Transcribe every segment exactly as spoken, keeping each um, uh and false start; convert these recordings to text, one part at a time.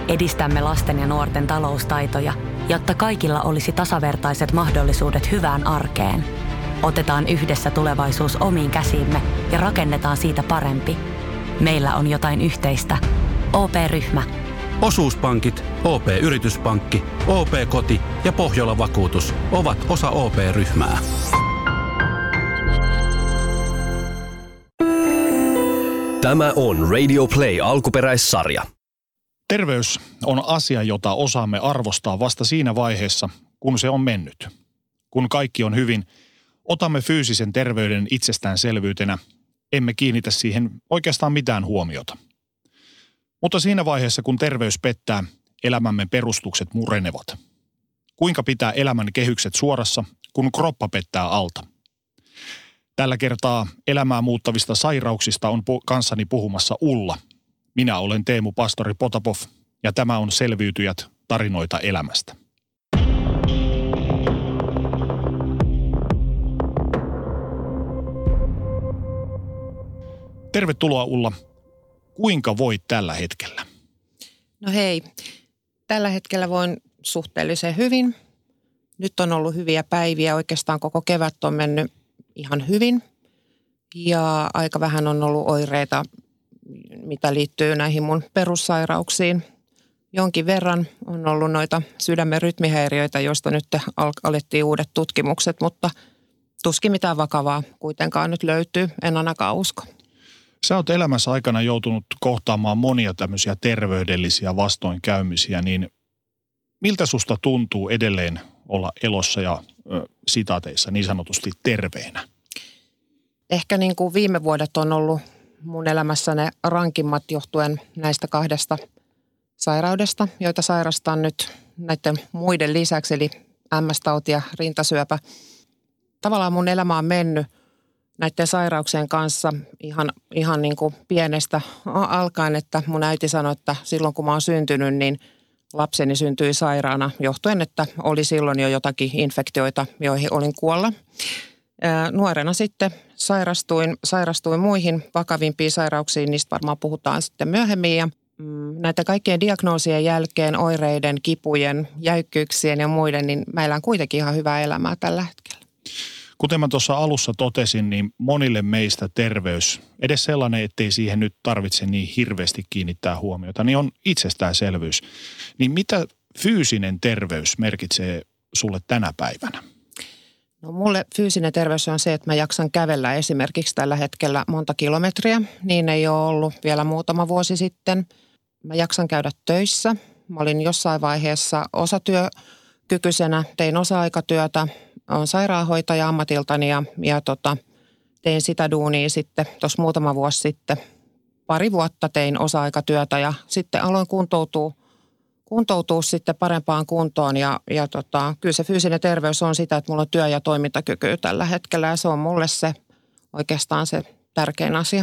Edistämme lasten ja nuorten taloustaitoja, jotta kaikilla olisi tasavertaiset mahdollisuudet hyvään arkeen. Otetaan yhdessä tulevaisuus omiin käsiimme ja rakennetaan siitä parempi. Meillä on jotain yhteistä. O P-ryhmä. Osuuspankit, O P-yrityspankki, O P-koti ja Pohjola-vakuutus ovat osa O P-ryhmää. Tämä on Radio Play alkuperäissarja. Terveys on asia, jota osaamme arvostaa vasta siinä vaiheessa, kun se on mennyt. Kun kaikki on hyvin, otamme fyysisen terveyden itsestäänselvyytenä, emme kiinnitä siihen oikeastaan mitään huomiota. Mutta siinä vaiheessa, kun terveys pettää, elämämme perustukset murenevat. Kuinka pitää elämän kehykset suorassa, kun kroppa pettää alta? Tällä kertaa elämää muuttavista sairauksista on pu- kanssani puhumassa Ulla. Minä olen Teemu Pastori Potapov ja tämä on Selviytyjät, tarinoita elämästä. Tervetuloa Ulla. Kuinka voit tällä hetkellä? No hei, tällä hetkellä voin suhteellisen hyvin. Nyt on ollut hyviä päiviä, oikeastaan koko kevät on mennyt ihan hyvin. Ja aika vähän on ollut oireita, mitä liittyy näihin mun perussairauksiin. Jonkin verran on ollut noita sydämen rytmihäiriöitä, joista nyt al- alettiin uudet tutkimukset, mutta tuskin mitään vakavaa kuitenkaan nyt löytyy, en ainakaan usko. Sä oot elämässä aikana joutunut kohtaamaan monia tämmöisiä terveydellisiä vastoinkäymisiä, niin miltä susta tuntuu edelleen olla elossa ja ö, sitaateissa niin sanotusti terveenä? Ehkä niin kuin viime vuodet on ollut mun elämässä ne rankimmat johtuen näistä kahdesta sairaudesta, joita sairastan nyt näiden muiden lisäksi, eli M S-tauti ja rintasyöpä. Tavallaan mun elämä on mennyt näiden sairauksien kanssa ihan, ihan niin kuin pienestä alkaen, että mun äiti sanoi, että silloin kun mä oon syntynyt, niin lapseni syntyi sairaana johtuen, että oli silloin jo jotakin infektioita, joihin olin kuolla. Nuorena sitten sairastuin, sairastuin muihin vakavimpiin sairauksiin, niistä varmaan puhutaan sitten myöhemmin. Ja näitä kaikkien diagnoosien jälkeen, oireiden, kipujen, jäykkyyksien ja muiden, niin meillä on kuitenkin ihan hyvää elämää tällä hetkellä. Kuten mä tuossa alussa totesin, niin monille meistä terveys, edes sellainen, ettei siihen nyt tarvitse niin hirveästi kiinnittää huomiota, niin on itsestäänselvyys. Niin mitä fyysinen terveys merkitsee sulle tänä päivänä? No mulle fyysinen terveys on se, että mä jaksan kävellä esimerkiksi tällä hetkellä monta kilometriä. Niin ei ole ollut vielä muutama vuosi sitten. Mä jaksan käydä töissä. Mä olin jossain vaiheessa osatyökykyisenä, tein osa-aikatyötä. Olen sairaanhoitaja ammatiltani ja, ja tota, tein sitä duunia sitten tuossa muutama vuosi sitten. Pari vuotta tein osa-aikatyötä ja sitten aloin kuntoutua, kuntoutua sitten parempaan kuntoon. Ja, ja tota, kyllä se fyysinen terveys on sitä, että mulla on työ- ja toimintakyky tällä hetkellä ja se on mulle se oikeastaan se tärkein asia.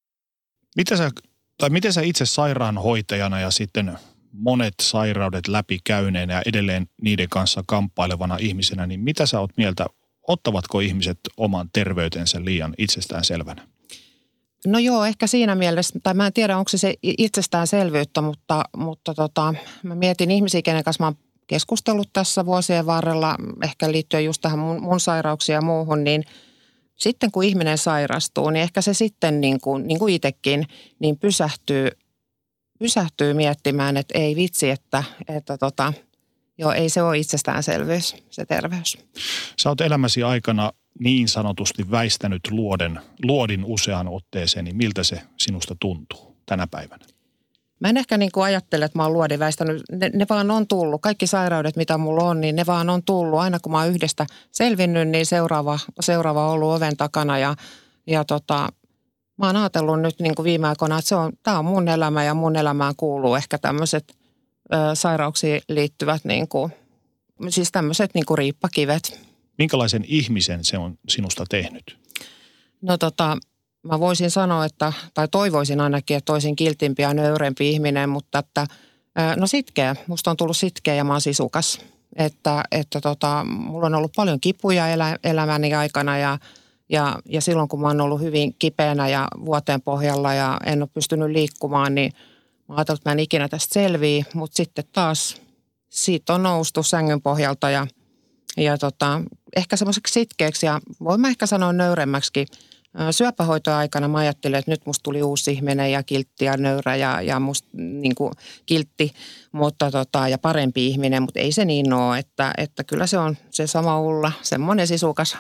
Mitä sä, tai miten sä itse sairaanhoitajana ja sitten monet sairaudet läpi käyneenä ja edelleen niiden kanssa kamppailevana ihmisenä, niin mitä sä oot mieltä, ottavatko ihmiset oman terveytensä liian itsestäänselvänä? No joo, ehkä siinä mielessä, tai mä en tiedä, onko se se itsestäänselvyyttä, mutta, mutta tota, mä mietin ihmisiä, kenen kanssa mä oon keskustellut tässä vuosien varrella, ehkä liittyen just tähän mun, mun sairauksiin ja muuhun, niin sitten kun ihminen sairastuu, niin ehkä se sitten niin kuin, niin kuin itsekin, niin pysähtyy pysähtyy miettimään, että ei vitsi, että, että tota, joo, ei se ole itsestäänselvyys, se terveys. Sä oot elämäsi aikana niin sanotusti väistänyt luodin, luodin useaan otteeseen, niin miltä se sinusta tuntuu tänä päivänä? Mä en ehkä niin kuin ajattele, että mä oon luodin väistänyt. Ne, ne vaan on tullut. Kaikki sairaudet, mitä mulla on, niin ne vaan on tullut. Aina kun mä oon yhdestä selvinnyt, niin seuraava, seuraava on ollut oven takana ja, ja tota, mä oon ajatellut nyt niin kuin viime aikoina, että se on, tää on mun elämä ja mun elämään kuuluu ehkä tämmöiset ö, sairauksiin liittyvät, niin kuin, siis tämmöiset niin kuin riippakivet. Minkälaisen ihmisen se on sinusta tehnyt? No tota, mä voisin sanoa, että, tai toivoisin ainakin, että olisin kiltimpi ja nöyrempi ihminen, mutta että, no sitkeä, musta on tullut sitkeä ja mä oon sisukas. Että, että tota, mulla on ollut paljon kipuja elä, elämäni aikana ja Ja, ja silloin, kun mä oon ollut hyvin kipeänä ja vuoteen pohjalla ja en ole pystynyt liikkumaan, niin Mä ajattelin, että mä en ikinä tästä selviä, mutta sitten taas siitä on noustu sängyn pohjalta ja, ja tota, ehkä semmoiseksi sitkeäksi ja voin mä ehkä sanoa nöyremmäksikin. Syöpähoitoaikana mä ajattelin, että nyt musta tuli uusi ihminen ja kiltti ja nöyrä ja, ja musta niin kuin kiltti mutta tota, ja parempi ihminen, mutta ei se niin ole, että, että kyllä se on se sama Ulla, semmoinen sisukas,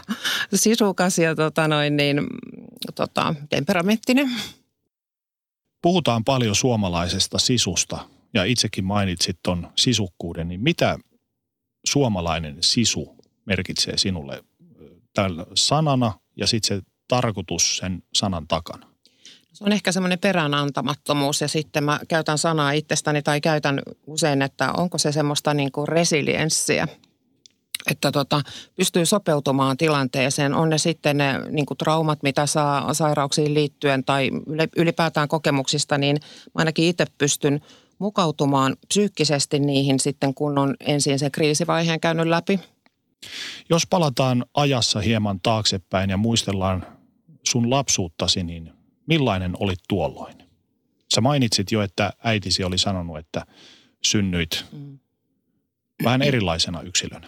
sisukas ja tota noin niin, tota, temperamenttinen. Puhutaan paljon suomalaisesta sisusta ja itsekin mainitsit ton sisukkuuden, niin mitä suomalainen sisu merkitsee sinulle tällä sanana ja sitten se tarkoitus sen sanan takana? Se on ehkä semmoinen peräänantamattomuus ja sitten mä käytän sanaa itsestäni tai käytän usein, että onko se semmoista niin kuin resilienssiä, että tota, pystyy sopeutumaan tilanteeseen. On ne sitten ne niin kuin traumat, mitä saa sairauksiin liittyen tai ylipäätään kokemuksista, niin mä ainakin itse pystyn mukautumaan psyykkisesti niihin sitten, kun on ensin se kriisivaiheen käynyt läpi. Jos palataan ajassa hieman taaksepäin ja muistellaan sun lapsuuttasi, niin millainen olit tuolloin? Sä mainitsit jo, että äitisi oli sanonut, että synnyit mm. vähän erilaisena yksilönä.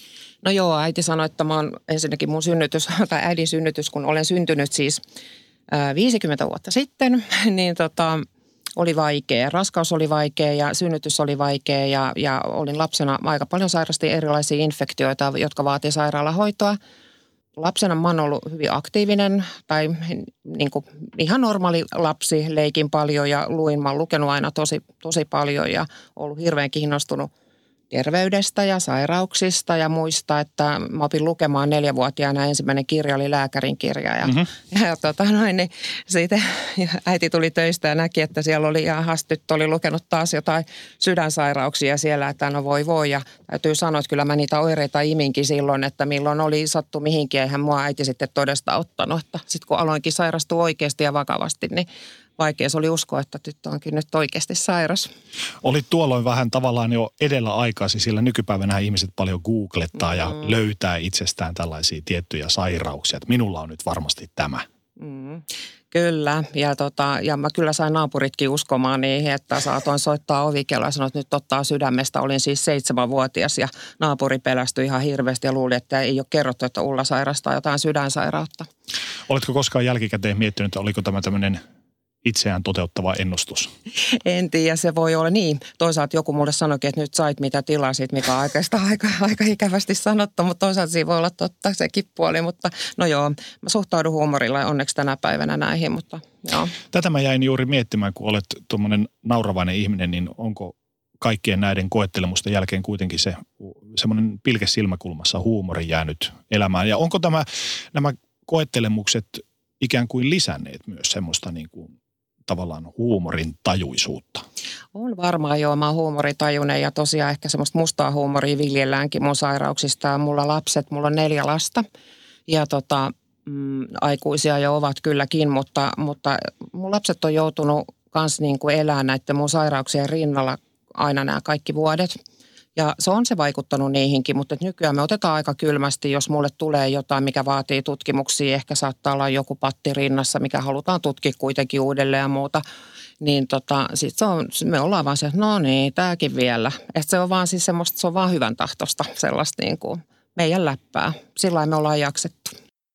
No joo, äiti sanoi, että mä oon ensinnäkin mun synnytys, tai äidin synnytys, kun olen syntynyt siis ää, viisikymmentä vuotta sitten, niin tota, oli vaikea. Raskaus oli vaikea ja synnytys oli vaikea ja, ja olin lapsena aika paljon sairasti erilaisia infektioita, jotka vaati sairaalahoitoa. Lapsena mä oon ollut hyvin aktiivinen tai niin kuin ihan normaali lapsi, leikin paljon ja luin. Mä oon lukenut aina tosi, tosi paljon ja ollut hirveän kiinnostunut terveydestä ja sairauksista ja muista, että mä opin lukemaan neljävuotiaana. Ensimmäinen kirja oli lääkärin kirja ja, mm-hmm. ja tota noin, niin siitä ja äiti tuli töistä ja näki, että siellä oli ja hastyt oli lukenut taas jotain sydänsairauksia siellä, että no voi voi ja täytyy sanoa, että kyllä mä niitä oireita iminkin silloin, että milloin oli sattu mihinkin, eihän mua äiti sitten todesta ottanut, että sitten kun aloinkin sairastua oikeasti ja vakavasti, niin vaikea se oli uskoa, että tyttö onkin nyt oikeasti sairas. Olit tuolloin vähän tavallaan jo edellä aikaisi, sillä nykypäivänä ihmiset paljon googlettaa mm. ja löytää itsestään tällaisia tiettyjä sairauksia. Että minulla on nyt varmasti tämä. Mm. Kyllä, ja, tota, ja mä kyllä sain naapuritkin uskomaan niihin, että saatoin soittaa ovikelloa ja sanoa, että nyt ottaa sydämestä. Olin siis seitsemänvuotias ja naapuri pelästyi ihan hirveästi ja luuli, että ei ole kerrottu, että Ulla sairastaa jotain sydänsairautta. Oletko koskaan jälkikäteen miettinyt, että oliko tämä tämmöinen itseään toteuttava ennustus? En tiedä, se voi olla niin. Toisaalta joku mulle sanoikin, että nyt sait mitä tilasit, mikä on oikeastaan aika, aika ikävästi sanottu, mutta toisaalta siinä voi olla totta sekin puoli. Mutta no joo, mä suhtaudun huumorilla onneksi tänä päivänä näihin, mutta joo. Tätä mä jäin juuri miettimään, kun olet tuommoinen nauravainen ihminen, niin onko kaikkien näiden koettelemusten jälkeen kuitenkin se semmoinen pilke silmäkulmassa huumori jäänyt elämään? Ja onko tämä, nämä koettelemukset ikään kuin lisänneet myös semmoista niin kuin tavallaan huumorin tajuisuutta? On varmaan joo, mä oon huumoritajuinen ja tosiaan ehkä semmoista mustaa huumoria viljelläänkin mun sairauksista. Mulla lapset, mulla on neljä lasta ja tota, mm, aikuisia jo ovat kylläkin, mutta, mutta mun lapset on joutunut kans niin kuin elämään näiden mun sairauksien rinnalla aina nämä kaikki vuodet. Ja se on se vaikuttanut niihinkin, mutta nykyään me otetaan aika kylmästi, jos mulle tulee jotain, mikä vaatii tutkimuksia. Ehkä saattaa olla joku patti rinnassa, mikä halutaan tutkia kuitenkin uudelleen ja muuta. Niin tota, sit se on, me ollaan vaan se, että no niin, tääkin vielä. Että se on vaan siis semmoista, se on vaan hyvän tahtosta sellaista niin kuin meidän läppää. Sillä me ollaan jaksettu.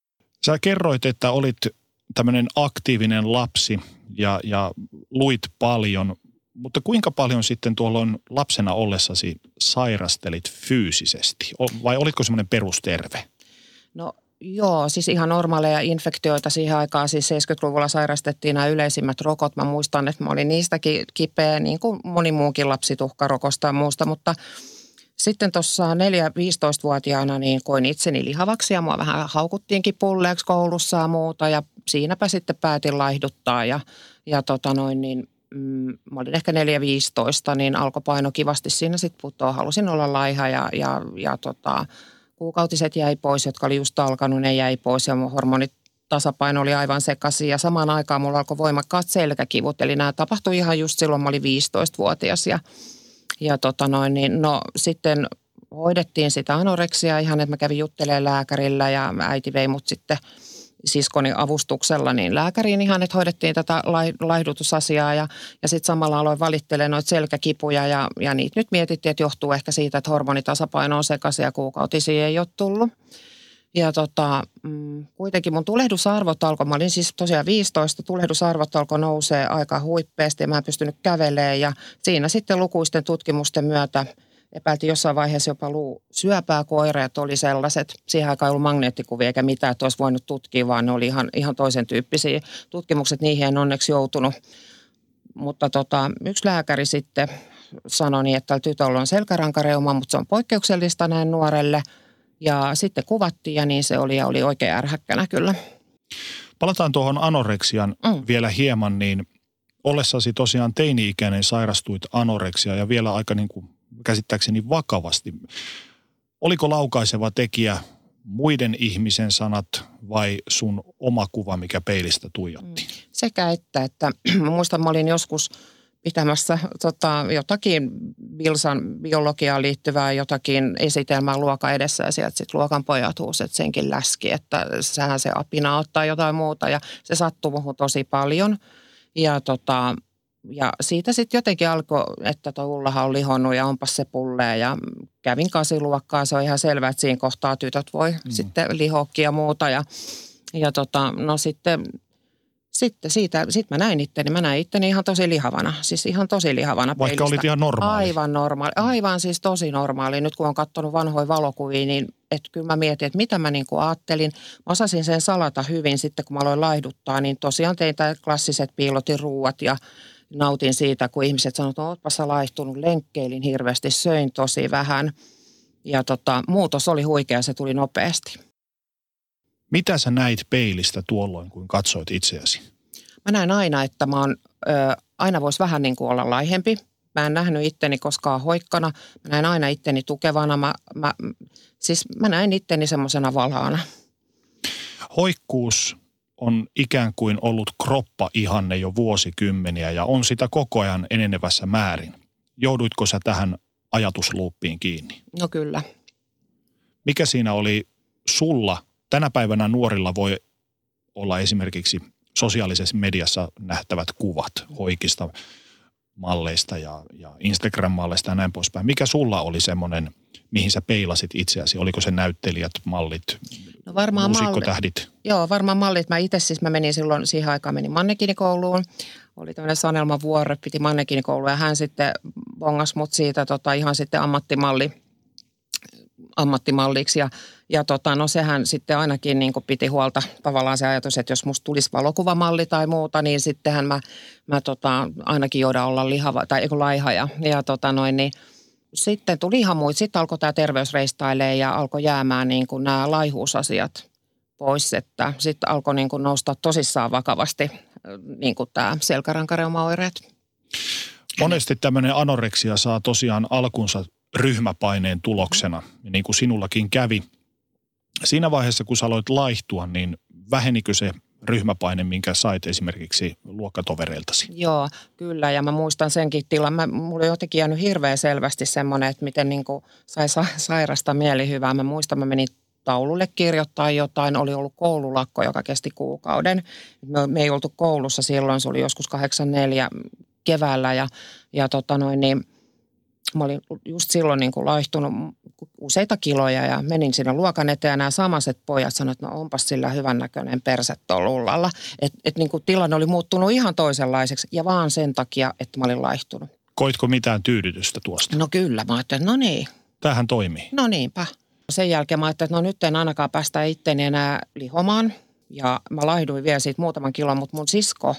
Sä kerroit, että olit tämmöinen aktiivinen lapsi ja, ja luit paljon. Mutta kuinka paljon sitten tuolloin lapsena ollessasi sairastelit fyysisesti? Vai olitko semmoinen perusterve? No joo, siis ihan normaaleja infektioita siihen aikaan. Siis seitsemänkymmentäluvulla sairastettiin nämä yleisimmät rokot. Mä muistan, että mä olin niistäkin kipeä, niin kuin moni muukin lapsi tuhkarokosta ja muusta. Mutta sitten tuossa neljä-viisitoistavuotiaana niin koin itseni lihavaksi ja mua vähän haukuttiinkin pulleeksi koulussa ja muuta. Ja siinäpä sitten päätin laihduttaa ja, ja tota noin niin... Mä olin ehkä neljä viisitoista, niin alkoi paino kivasti siinä sitten putoa. Halusin olla laiha ja, ja, ja tota, kuukautiset jäi pois, jotka oli just alkanut, ne jäi pois ja mun hormonitasapaino oli aivan sekaisin. Ja samaan aikaan mulla alkoi voimakkaat selkäkivut, eli nämä tapahtui ihan just silloin, mä olin viisitoistavuotias. Ja, ja tota noin, niin no sitten hoidettiin sitä anoreksiaa ihan, että mä kävin juttelemaan lääkärillä ja äiti vei mut sitten siskoni avustuksella niin lääkäriin ihan, että hoidettiin tätä laihdutusasiaa ja, ja sitten samalla aloin valittelemaan noita selkäkipuja ja, ja niitä nyt mietittiin, että johtuu ehkä siitä, että hormonitasapaino on sekaisin ja kuukautisia ei ole tullut. Ja tota, kuitenkin mun tulehdusarvot alkoi, mä olin siis tosiaan viisitoista, tulehdusarvot alkoi nousee aika huippeasti ja mä en pystynyt kävelemään ja siinä sitten lukuisten tutkimusten myötä epäiltiin jossain vaiheessa jopa luusyöpää, kun oireet oli sellaiset. Siihen aikaan ei ollut magneettikuvia eikä mitään, että olisi voinut tutkia, vaan ne oli ihan, ihan toisen tyyppisiä. Tutkimukset niihin en onneksi joutunut. Mutta tota, yksi lääkäri sitten sanoi niin, että tällä tytöllä on selkärankareuma, mutta se on poikkeuksellista näin nuorelle. Ja sitten kuvattiin ja niin se oli ja oli oikein ärhäkkänä kyllä. Palataan tuohon anoreksian mm. vielä hieman, niin ollessasi tosiaan teini-ikäinen sairastuit anoreksia ja vielä aika niin kuin käsittääkseni vakavasti. Oliko laukaiseva tekijä muiden ihmisen sanat vai sun oma kuva, mikä peilistä tuijatti? Sekä että, että mä muistan, mä olin joskus pitämässä tota, jotakin Bilsan biologiaan liittyvää jotakin esitelmää luokan edessä ja sieltä sitten luokan pojat huusivat, että senkin läski, että sehän se apina ottaa jotain muuta ja se sattui muhun tosi paljon ja tota... Ja siitä sitten jotenkin alkoi, että tuo Ullahan on lihonnut ja onpas se pullee ja kävin kasiluokkaa. Se on ihan selvää, että siinä kohtaa tytöt voi mm. sitten lihoakin ja muuta. Ja, ja tota, no sitten, sitten siitä, sit mä näin itteni, mä näin itteni ihan tosi lihavana. Siis ihan tosi lihavana Vaikka peilistä. Olit ihan normaali. Aivan normaali, aivan siis tosi normaali. Nyt kun on katsonut vanhoja valokuvia, niin että kyllä mä mietin, että mitä mä niin kuin ajattelin. Mä osasin sen salata hyvin sitten, kun mä aloin laihduttaa, niin tosiaan tein tämä klassiset piilotin ruuat ja nautin siitä, kun ihmiset sanoivat, että ootpa sä laihtunut, lenkkeilin hirveästi, söin tosi vähän. Ja tota, muutos oli huikea, se tuli nopeasti. Mitä sä näit peilistä tuolloin, kun katsoit itseäsi? Mä näen aina, että mä oon, ö, aina voisi vähän niin kuin olla laihempi. Mä en nähnyt itteni koskaan hoikkana. Mä näen aina itteni tukevana. Mä, mä, siis mä näen itteni semmoisena valhaana. Hoikkuus on ikään kuin ollut kroppa-ihanne jo vuosikymmeniä ja on sitä koko ajan enenevässä määrin. Jouduitko sä tähän ajatusluuppiin kiinni? No kyllä. Mikä siinä oli sulla? Tänä päivänä nuorilla voi olla esimerkiksi sosiaalisessa mediassa nähtävät kuvat hoikista malleista ja, ja Instagram-malleista ja näin poispäin. Mikä sulla oli semmoinen, mihin sä peilasit itseäsi? Oliko se näyttelijät, mallit, no varmaan muusikkotähdit? Malli. Joo, varmaan mallit. Mä itse siis, mä menin silloin, siihen aikaan menin mannekiinikouluun. Oli tämmöinen Sanelma Vuore, piti mannekiinikoulua ja hän sitten bongasi mut siitä tota, ihan sitten ammattimalli, ammattimalliksi. Ja, ja tota, no sehän sitten ainakin niin kuin piti huolta tavallaan se ajatus, että jos musta tulisi valokuvamalli tai muuta, niin sittenhän mä, mä tota, ainakin joudan olla lihava tai eiku laiha ja, ja tota noin niin. Sitten tuli ihan muut. Sitten alkoi tämä terveysreistailee ja alkoi jäämään niin kuin nämä laihuusasiat pois. Että sitten alkoi niin kuin nousta tosissaan vakavasti niin kuin tämä selkärankareumaoireet. Monesti tämmöinen anoreksia saa tosiaan alkunsa ryhmäpaineen tuloksena, niin kuin sinullakin kävi. Siinä vaiheessa, kun sä aloit laihtua, niin vähenikö se ryhmäpaine, minkä sait esimerkiksi luokkatovereiltasi? Joo, kyllä. Ja mä muistan senkin tilan. Mä, mulla on jotenkin jäänyt hirveän selvästi semmoinen, että miten niin kuin sai sa- sairasta mielihyvää. Mä muistan, mä menin taululle kirjoittaa jotain. Oli ollut koululakko, joka kesti kuukauden. Me, me ei oltu koulussa silloin. Se oli joskus kahdeksankymmentäneljä keväällä ja, ja tota noin niin, mä olin just silloin niin kuin laihtunut useita kiloja ja menin sinne luokan eteen ja nämä samaset pojat sanoivat, että no onpas sillä hyvännäköinen perse tuolla lullalla. Että et niin kuin tilanne oli muuttunut ihan toisenlaiseksi ja vaan sen takia, että mä olin laihtunut. Koitko mitään tyydytystä tuosta? No kyllä, mä ajattelin, että no niin. Tämähän toimii. No niinpä. Sen jälkeen mä ajattelin, että no nyt en ainakaan päästä itteni enää lihomaan ja mä laihduin vielä siitä muutaman kilon, mutta mun sisko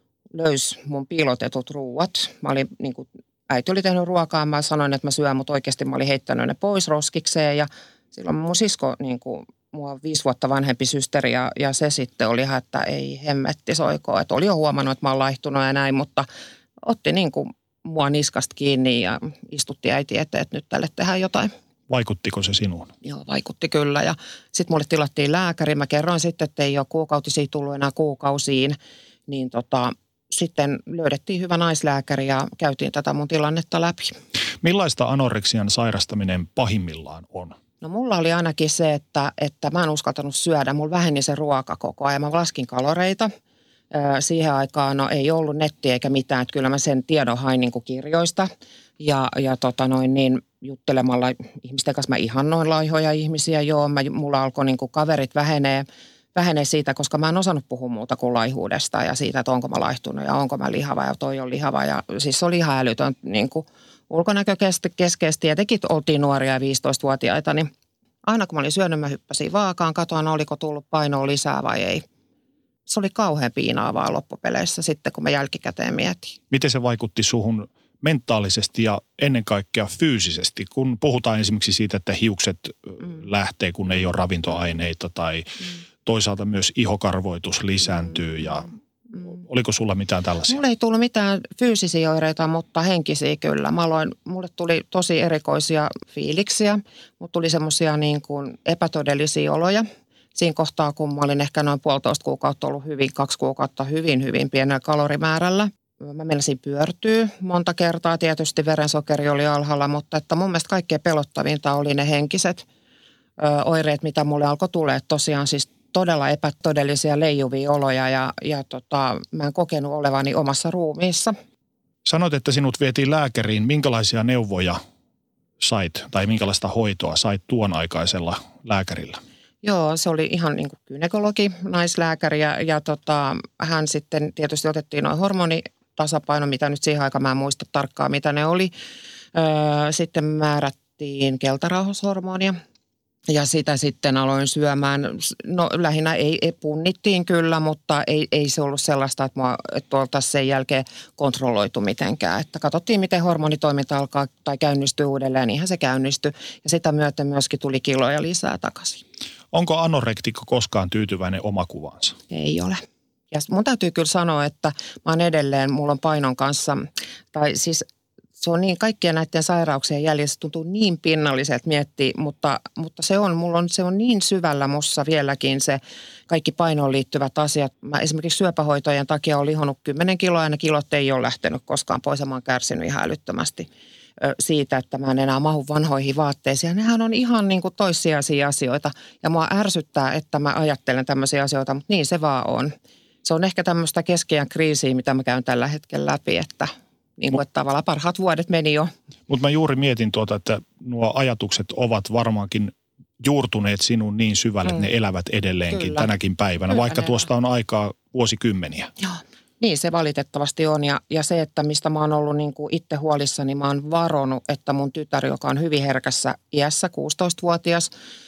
löysi mun piilotetut ruuat. Mä olin niin kuin äiti oli tehnyt ruokaa, mä sanoin, että mä syön, mutta oikeasti mä olin heittänyt ne pois roskikseen ja silloin mun sisko, niin kuin mua viisi vuotta vanhempi systeri ja, ja se sitten oli ihan, että ei hemmetti soikoa, että oli jo huomannut, että mä oon laihtunut ja näin, mutta otti niin kuin mua niskasta kiinni ja istutti äiti eteen, että nyt tälle tehdään jotain. Vaikuttiko se sinuun? Joo, vaikutti kyllä ja sitten mulle tilattiin lääkäri, mä kerroin sitten, että ei ole kuukautisia tullut enää kuukausiin, niin tota sitten löydettiin hyvä naislääkäri ja käytiin tätä mun tilannetta läpi. Millaista anoreksian sairastaminen pahimmillaan on? No mulla oli ainakin se, että, että mä en uskaltanut syödä. Mulla väheni se ruoka koko ajan. Mä laskin kaloreita. Siihen aikaan no, ei ollut nettiä eikä mitään. Että kyllä mä sen tiedon hain niin kuin kirjoista. Ja, ja tota noin niin juttelemalla ihmisten kanssa mä ihannoin laihoja ihmisiä. Joo, mä, mulla alkoi niin kuin kaverit vähenee, vähenee siitä, koska mä en osannut puhua muuta kuin laihuudesta. Ja siitä, että onko mä laihtunut ja onko mä lihava ja toi on lihava. Ja siis se oli ihan älytön niin kuin ulkonäkökeskeisesti. Tietenkin oltiin nuoria ja viisitoistavuotiaita, niin aina kun mä olin syönyt, mä hyppäsin vaakaan, katoin oliko tullut painoa lisää vai ei. Se oli kauhean piinaavaa loppupeleissä sitten, kun mä jälkikäteen mietin. Miten se vaikutti suhun mentaalisesti ja ennen kaikkea fyysisesti? Kun puhutaan esimerkiksi siitä, että hiukset mm. lähtee, kun ei ole ravintoaineita tai mm. toisaalta myös ihokarvoitus lisääntyy ja mm. oliko sulla mitään tällaisia? Mulla ei tullut mitään fyysisiä oireita, mutta henkisiä kyllä. Mä aloin, mulle tuli tosi erikoisia fiiliksiä, mutta tuli semmoisia niin kuin epätodellisia oloja. Siinä kohtaa, kun mä olin ehkä noin puolitoista kuukautta ollut hyvin, kaksi kuukautta hyvin, hyvin pienellä kalorimäärällä. Mä menisin pyörtyä monta kertaa. Tietysti verensokeri oli alhaalla, mutta että mun mielestä kaikkein pelottavinta oli ne henkiset ö, oireet, mitä mulle alkoi tulee. Tosiaan siis todella epätodellisia leijuvia oloja ja, ja tota, mä en kokenut olevani omassa ruumiissa. Sanoit, että sinut vietiin lääkäriin. Minkälaisia neuvoja sait tai minkälaista hoitoa sait tuon aikaisella lääkärillä? Joo, se oli ihan niin kuin gynekologi, naislääkäri ja, ja tota, hän sitten tietysti otettiin noin hormonitasapaino, mitä nyt siihen aikaan mä en muista tarkkaan, mitä ne oli. Öö, sitten määrättiin keltarauhashormonia ja sitä sitten aloin syömään. No lähinnä ei, ei punnittiin kyllä, mutta ei, ei se ollut sellaista, että, mua, että oltaisiin sen jälkeen kontrolloitu mitenkään. Että katsottiin, miten hormonitoiminta alkaa tai käynnistyy uudelleen, niinhän se käynnistyi ja sitä myöten myöskin tuli kiloja lisää takaisin. Onko anorektikko koskaan tyytyväinen omakuvaansa? Ei ole. Ja mun täytyy kyllä sanoa, että mä oon edelleen, mulla on painon kanssa, tai siis se on niin kaikkien näiden sairauksien jäljessä tuntuu niin pinnalliselta miettiä, mutta, mutta se on, mulla on, se on niin syvällä mussa vieläkin se kaikki painoon liittyvät asiat. Mä esimerkiksi syöpähoitojen takia olen lihonnut kymmenen kiloa ja ne kilot ei ole lähtenyt koskaan pois ja mä oon kärsinyt ihan älyttömästi siitä, että mä en enää mahu vanhoihin vaatteisiin. Ja nehän on ihan niin kuin toissijaisia asioita. Ja mua ärsyttää, että mä ajattelen tämmöisiä asioita, mutta niin se vaan on. Se on ehkä tämmöistä keskiään kriisiä, mitä mä käyn tällä hetkellä läpi, että, niin kuin, että tavallaan parhaat vuodet meni jo. Mutta mä juuri mietin tuota, että nuo ajatukset ovat varmaankin juurtuneet sinun niin syvälle, mm. että ne elävät edelleenkin Kyllä. tänäkin päivänä, Kyllä vaikka tuosta on aikaa vuosikymmeniä. Joo. Niin se valitettavasti on ja, ja se, että mistä mä oon ollut niin kuin itse huolissani, mä oon varonut, että mun tytär, joka on hyvin herkässä iässä, kuusitoistavuotias,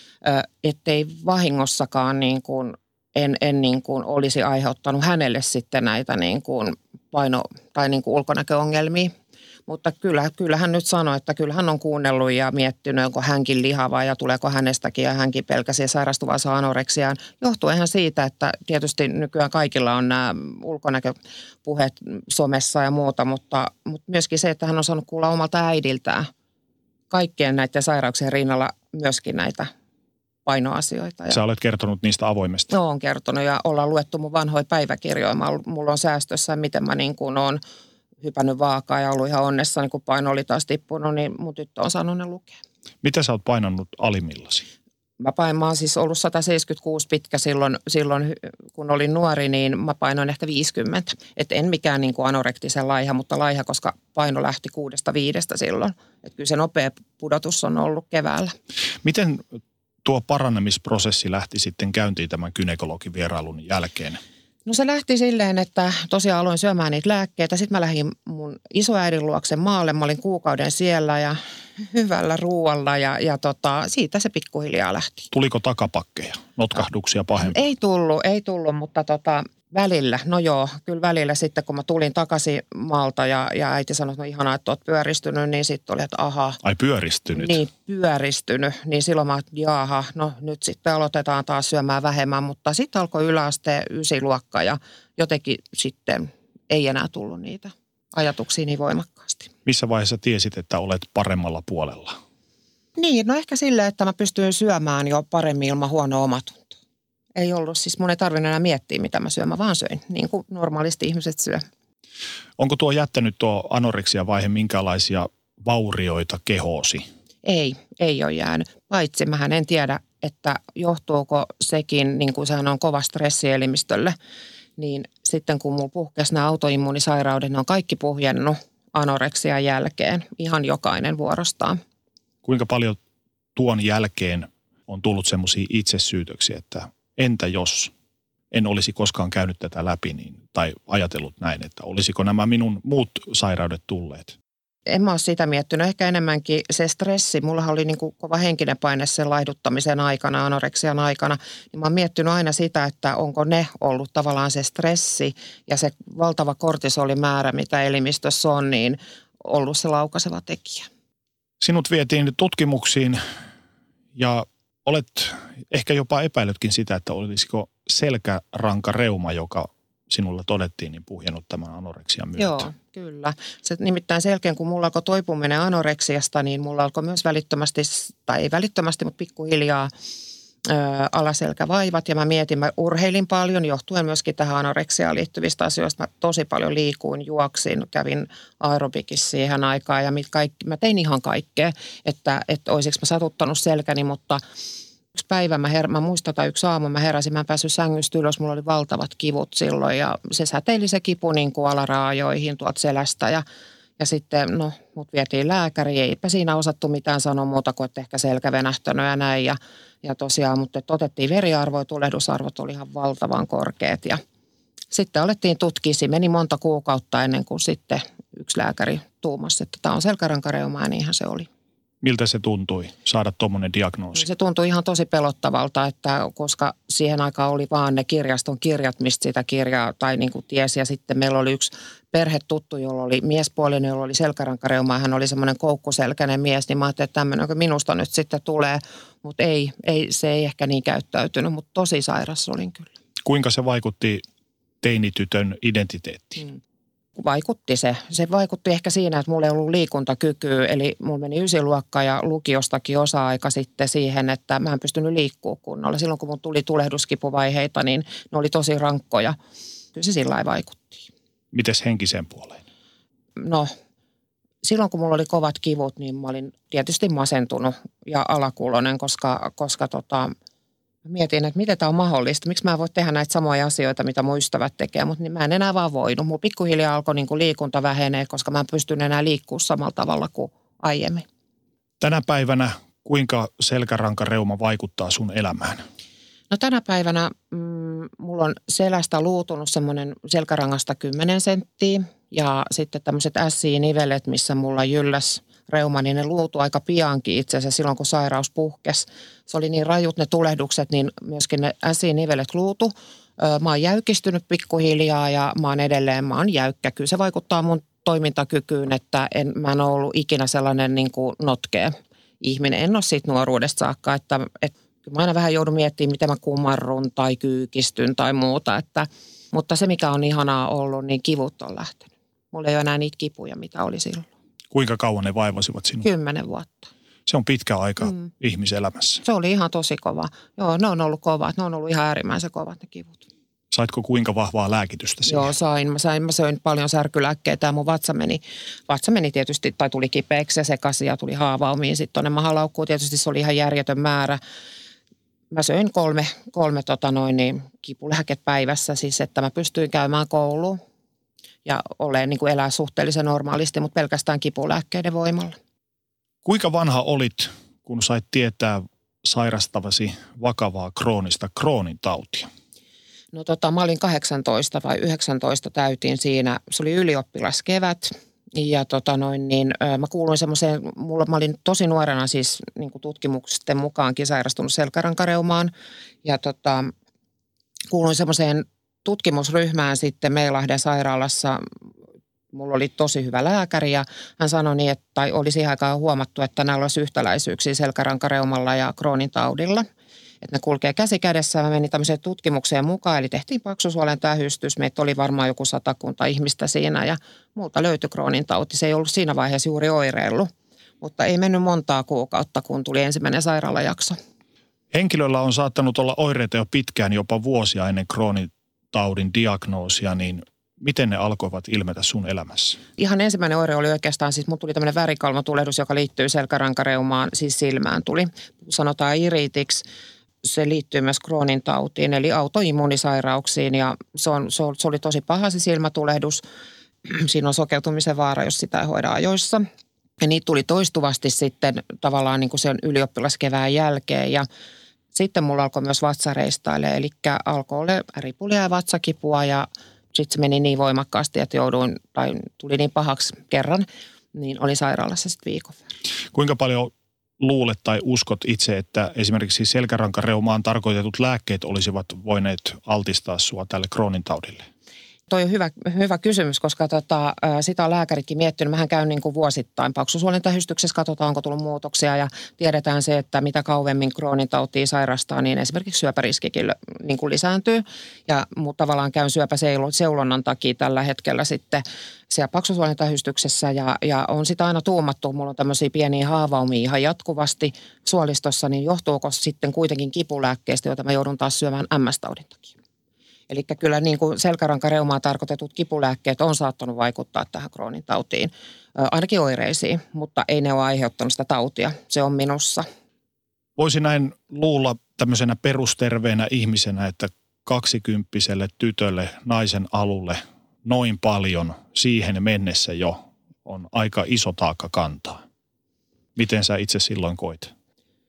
ettei vahingossakaan niin kuin, en, en niin kuin olisi aiheuttanut hänelle sitten näitä niin kuin paino- tai niin kuin ulkonäköongelmia. Mutta kyllä, kyllä hän nyt sanoi, että kyllä hän on kuunnellut ja miettinyt, onko hänkin lihava ja tuleeko hänestäkin ja hänkin pelkäsi sairastuvansa anoreksiaan. Johtuenhan siitä, että tietysti nykyään kaikilla on nämä ulkonäköpuheet somessa ja muuta, mutta, mutta myöskin se, että hän on saanut kuulla omalta äidiltään kaikkien näiden sairauksien rinnalla myöskin näitä painoasioita. Sä olet kertonut niistä avoimesti. Joo, olen kertonut ja ollaan luettu mun vanhoja päiväkirjoja. Mulla on säästössä, miten mä niin kuin olen hypännyt vaakaa ja ollut ihan onnessani, kun paino oli taas tippunut, niin mun tyttö on saanut ne lukea. Mitä sä oot painannut alimmillasi? Mä, pain, mä oon siis ollut sata seitsemänkymmentäkuusi pitkä silloin, silloin, kun olin nuori, niin mä painoin ehkä viisikymmentä. Et en mikään niin kuin anorektisen laiha, mutta laiha, koska paino lähti kuudesta viidestä silloin. Et kyllä se nopea pudotus on ollut keväällä. Miten tuo parannemisprosessi lähti sitten käyntiin tämän gynekologin vierailun jälkeen? No se lähti silleen, että tosiaan aloin syömään niitä lääkkeitä. Sitten mä lähdin mun isoäidin luokse maalle. Mä olin kuukauden siellä ja hyvällä ruualla ja, ja tota, siitä se pikkuhiljaa lähti. Tuliko takapakkeja, notkahduksia pahempaa? Ei tullut, ei tullut, mutta tota, välillä, no joo, kyllä välillä sitten kun mä tulin takaisin maalta ja, ja äiti sanoi, että no ihanaa, että oot pyöristynyt, niin sitten oli, että aha. Ai pyöristynyt? Niin, pyöristynyt. Niin silloin mä, että jaaha, no nyt sitten aloitetaan taas syömään vähemmän, mutta sitten alkoi yläaste ysiluokka ja jotenkin sitten ei enää tullut niitä ajatuksia niin voimakkaasti. Missä vaiheessa tiesit, että olet paremmalla puolella? Niin, no ehkä silleen, että mä pystyin syömään jo paremmin ilman huonoa omatuntoa. Ei ollut, siis mun ei tarvinnut enää miettiä, mitä mä syön, mä vaan söin, niin kuin normaalisti ihmiset syö. Onko tuo jättänyt tuo anoreksia vaihe minkälaisia vaurioita kehoosi? Ei, ei ole jäänyt. Paitsi mähän en tiedä, että johtuuko sekin, niin kuin sehän on kova stressi elimistölle, niin sitten kun mulla puhkesi nämä autoimmuunisairaudet, ne on kaikki puhjennut anoreksian jälkeen, ihan jokainen vuorostaan. Kuinka paljon tuon jälkeen on tullut semmoisia itsesyytöksiä, että entä jos en olisi koskaan käynyt tätä läpi niin, tai ajatellut näin, että olisiko nämä minun muut sairaudet tulleet? En mä ole sitä miettinyt. Ehkä enemmänkin se stressi. Mullahan oli niin kuin kova henkinen paine sen laihduttamisen aikana, anoreksian aikana. Niin mä oon miettinyt aina sitä, että onko ne ollut tavallaan se stressi ja se valtava kortisolimäärä, mitä elimistössä on, niin ollut se laukaiseva tekijä. Sinut vietiin tutkimuksiin ja olet ehkä jopa epäillytkin sitä, että olisiko selkärankareuma, joka sinulla todettiin, niin puhjennut tämän anoreksian myötä. Joo, kyllä. Se nimittäin selkeän, kun mulla alkoi toipuminen anoreksiasta, niin mulla alkoi myös välittömästi, tai ei välittömästi, mutta pikkuhiljaa ö, alaselkävaivat. Ja mä mietin, mä urheilin paljon, johtuen myöskin tähän anoreksiaan liittyvistä asioista. Mä tosi paljon liikuin, juoksin, kävin aerobikissa siihen aikaan ja mit kaikki, mä tein ihan kaikkea, että, että olisiko mä satuttanut selkäni, mutta yksi päivä mä, her- mä muistan, tai yksi aamu mä heräsin, mä en päässyt sängystä ylös, mulla oli valtavat kivut silloin ja se säteili se kipu niin kuin alaraajoihin tuolta selästä ja, ja sitten no mut vietiin lääkäriin, eipä siinä osattu mitään sanoa muuta kuin, että ehkä selkä venähtänyt ja näin ja, ja tosiaan, mutta otettiin veriarvoja, tulehdusarvot oli ihan valtavan korkeat ja sitten alettiin tutkia, siinä meni monta kuukautta ennen kuin sitten yksi lääkäri tuumasi, että tämä on selkärankareuma ja niinhän se oli. Miltä se tuntui saada tuommoinen diagnoosi? Se tuntui ihan tosi pelottavalta, että koska siihen aikaan oli vaan ne kirjaston kirjat, mistä sitä kirjaa tai niin kuin tiesi. Ja sitten meillä oli yksi perhetuttu, jolla oli miespuolinen, jolla oli selkärankareuma. Hän oli semmoinen koukkuselkäinen mies, niin mä ajattelin, että tämmöinen minusta nyt sitten tulee. Mutta ei, ei, se ei ehkä niin käyttäytynyt, mutta tosi sairas olin kyllä. Kuinka se vaikutti teinitytön identiteettiin? Hmm. Vaikutti se. Se vaikutti ehkä siinä, että mulla ei ollut liikuntakykyä, eli mulla meni ysiluokka ja lukiostakin osa-aika sitten siihen, että mä en pystynyt liikkua kunnolla. Silloin kun mun tuli tulehduskipuvaiheita, niin ne oli tosi rankkoja. Kyllä se sillä lailla vaikutti. Mites henkiseen puoleen? No, silloin kun mulla oli kovat kivut, niin mä olin tietysti masentunut ja alakuloinen, koska, koska tota, mietin, että miten tämä on mahdollista. Miksi mä en voi tehdä näitä samoja asioita, mitä mun ystävät tekee, mutta niin mä en enää vaan voinut. Mulla pikkuhiljaa alkoi niin kuin liikunta vähenee, koska mä en pystynyt enää liikkua samalla tavalla kuin aiemmin. Tänä päivänä kuinka selkärankareuma vaikuttaa sun elämään? No tänä päivänä mm, mulla on selästä luutunut semmoinen selkärangasta kymmenen senttiä ja sitten tämmöiset S I-nivelet, missä mulla jylläs reuma, niin ne luutui aika piankin itse asiassa silloin, kun sairaus puhkesi. Se oli niin rajut ne tulehdukset, niin myöskin ne S I-nivelet luutu. Mä oon jäykistynyt pikkuhiljaa ja mä oon edelleen, mä oon jäykkä. Kyllä se vaikuttaa mun toimintakykyyn, että en, mä en ole ollut ikinä sellainen niin kuin notkea ihminen. En ole siitä nuoruudesta saakka, että, että mä aina vähän joudun miettimään, miten mä kumarrun tai kyykistyn tai muuta. Että, mutta se, mikä on ihanaa ollut, niin kivut on lähtenyt. Mulla ei ole enää niitä kipuja, mitä oli silloin. Kuinka kauan ne vaivasivat sinua? Kymmenen vuotta. Se on pitkä aika mm. ihmiselämässä. Se oli ihan tosi kova. Joo, ne on ollut kovat. Ne on ollut ihan äärimmäisen kovat ne kivut. Saitko kuinka vahvaa lääkitystä siihen? Joo, sain. Mä, sain, mä söin paljon särkylääkkeitä ja mun vatsa meni, vatsa meni tietysti, tai tuli kipeäksi ja sekaisin ja tuli haavaumiin. Sitten tuonne mahalaukkuun tietysti se oli ihan järjetön määrä. Mä söin kolme, kolme tota noin, niin, kipulääket päivässä, siis että mä pystyin käymään kouluun ja olen niin kuin elää suhteellisen normaalisti, mutta pelkästään kipulääkkeiden voimalla. Kuinka vanha olit, kun sait tietää sairastavasi vakavaa kroonista Crohnin tautia? No tota, mä olin kahdeksantoista vai yhdeksäntoista täytin siinä. Se oli ylioppilaskevät ja tota noin niin, mä kuuluin semmoiseen, mulla, mä olin tosi nuorena siis niin kuin tutkimusten mukaankin sairastunut selkärankareumaan ja tota, kuuluin semmoiseen tutkimusryhmään sitten Meilahden sairaalassa. Mulla oli tosi hyvä lääkäri ja hän sanoi niin, että tai oli siihen aikaan huomattu, että näillä olisi yhtäläisyyksiä selkärankareumalla ja Crohnin taudilla. Että ne kulkee käsi kädessä. Mä menin tämmöiseen tutkimukseen mukaan, eli tehtiin paksusuolen tähystys. Meitä oli varmaan joku satakunta ihmistä siinä ja multa löytyi Crohnin tauti. Se ei ollut siinä vaiheessa juuri oireillut, mutta ei mennyt montaa kuukautta, kun tuli ensimmäinen sairaalajakso. Henkilöllä on saattanut olla oireita jo pitkään, jopa vuosia ennen Crohnin taudin diagnoosia, niin miten ne alkoivat ilmetä sun elämässä? Ihan ensimmäinen oire oli oikeastaan, siis mun tuli tämmöinen värikalvotulehdus, joka liittyy selkärankareumaan, siis silmään tuli. Sanotaan iritiksi. Se liittyy myös Crohnin tautiin, eli autoimmunisairauksiin, ja se, on, se, on, se oli tosi paha se silmätulehdus. Siinä on sokeutumisen vaara, jos sitä ei hoida ajoissa. Ja niitä tuli toistuvasti sitten tavallaan niin kuin sen ylioppilaskevään jälkeen, ja sitten mulla alkoi myös vatsareistaille, eli alkoi olla ripulia ja vatsakipua, ja sitten se meni niin voimakkaasti, että jouduin, tai tuli niin pahaksi kerran, niin olin sairaalassa sitten viikon verran. Kuinka paljon luulet tai uskot itse, että esimerkiksi selkärankareumaan tarkoitetut lääkkeet olisivat voineet altistaa sua tälle Crohnin taudille? Toi on hyvä, hyvä kysymys, koska tota, sitä on lääkäritkin miettinyt. Mähän käyn niin kuin vuosittain paksusuolen tähystyksessä, katsotaan onko tullut muutoksia ja tiedetään se, että mitä kauemmin Crohnin tautia sairastaa, niin esimerkiksi syöpäriskikin niin kuin lisääntyy. Ja mutta tavallaan käyn syöpäseulonnan takia tällä hetkellä sitten siellä paksusuolen tähystyksessä ja, ja on sitä aina tuumattu. Mulla on tämmöisiä pieniä haavaumia ihan jatkuvasti suolistossa, niin johtuuko sitten kuitenkin kipulääkkeistä, joita mä joudun taas syömään M S-taudin takia. Eli kyllä niin kuin selkärankareumaan tarkoitetut kipulääkkeet on saattanut vaikuttaa tähän Crohnin tautiin, ainakin oireisiin, mutta ei ne ole aiheuttanut sitä tautia. Se on minussa. Voisi näin luulla tämmöisenä perusterveenä ihmisenä, että kaksikymppiselle tytölle naisen alulle noin paljon siihen mennessä jo on aika iso taakka kantaa. Miten sä itse silloin koit?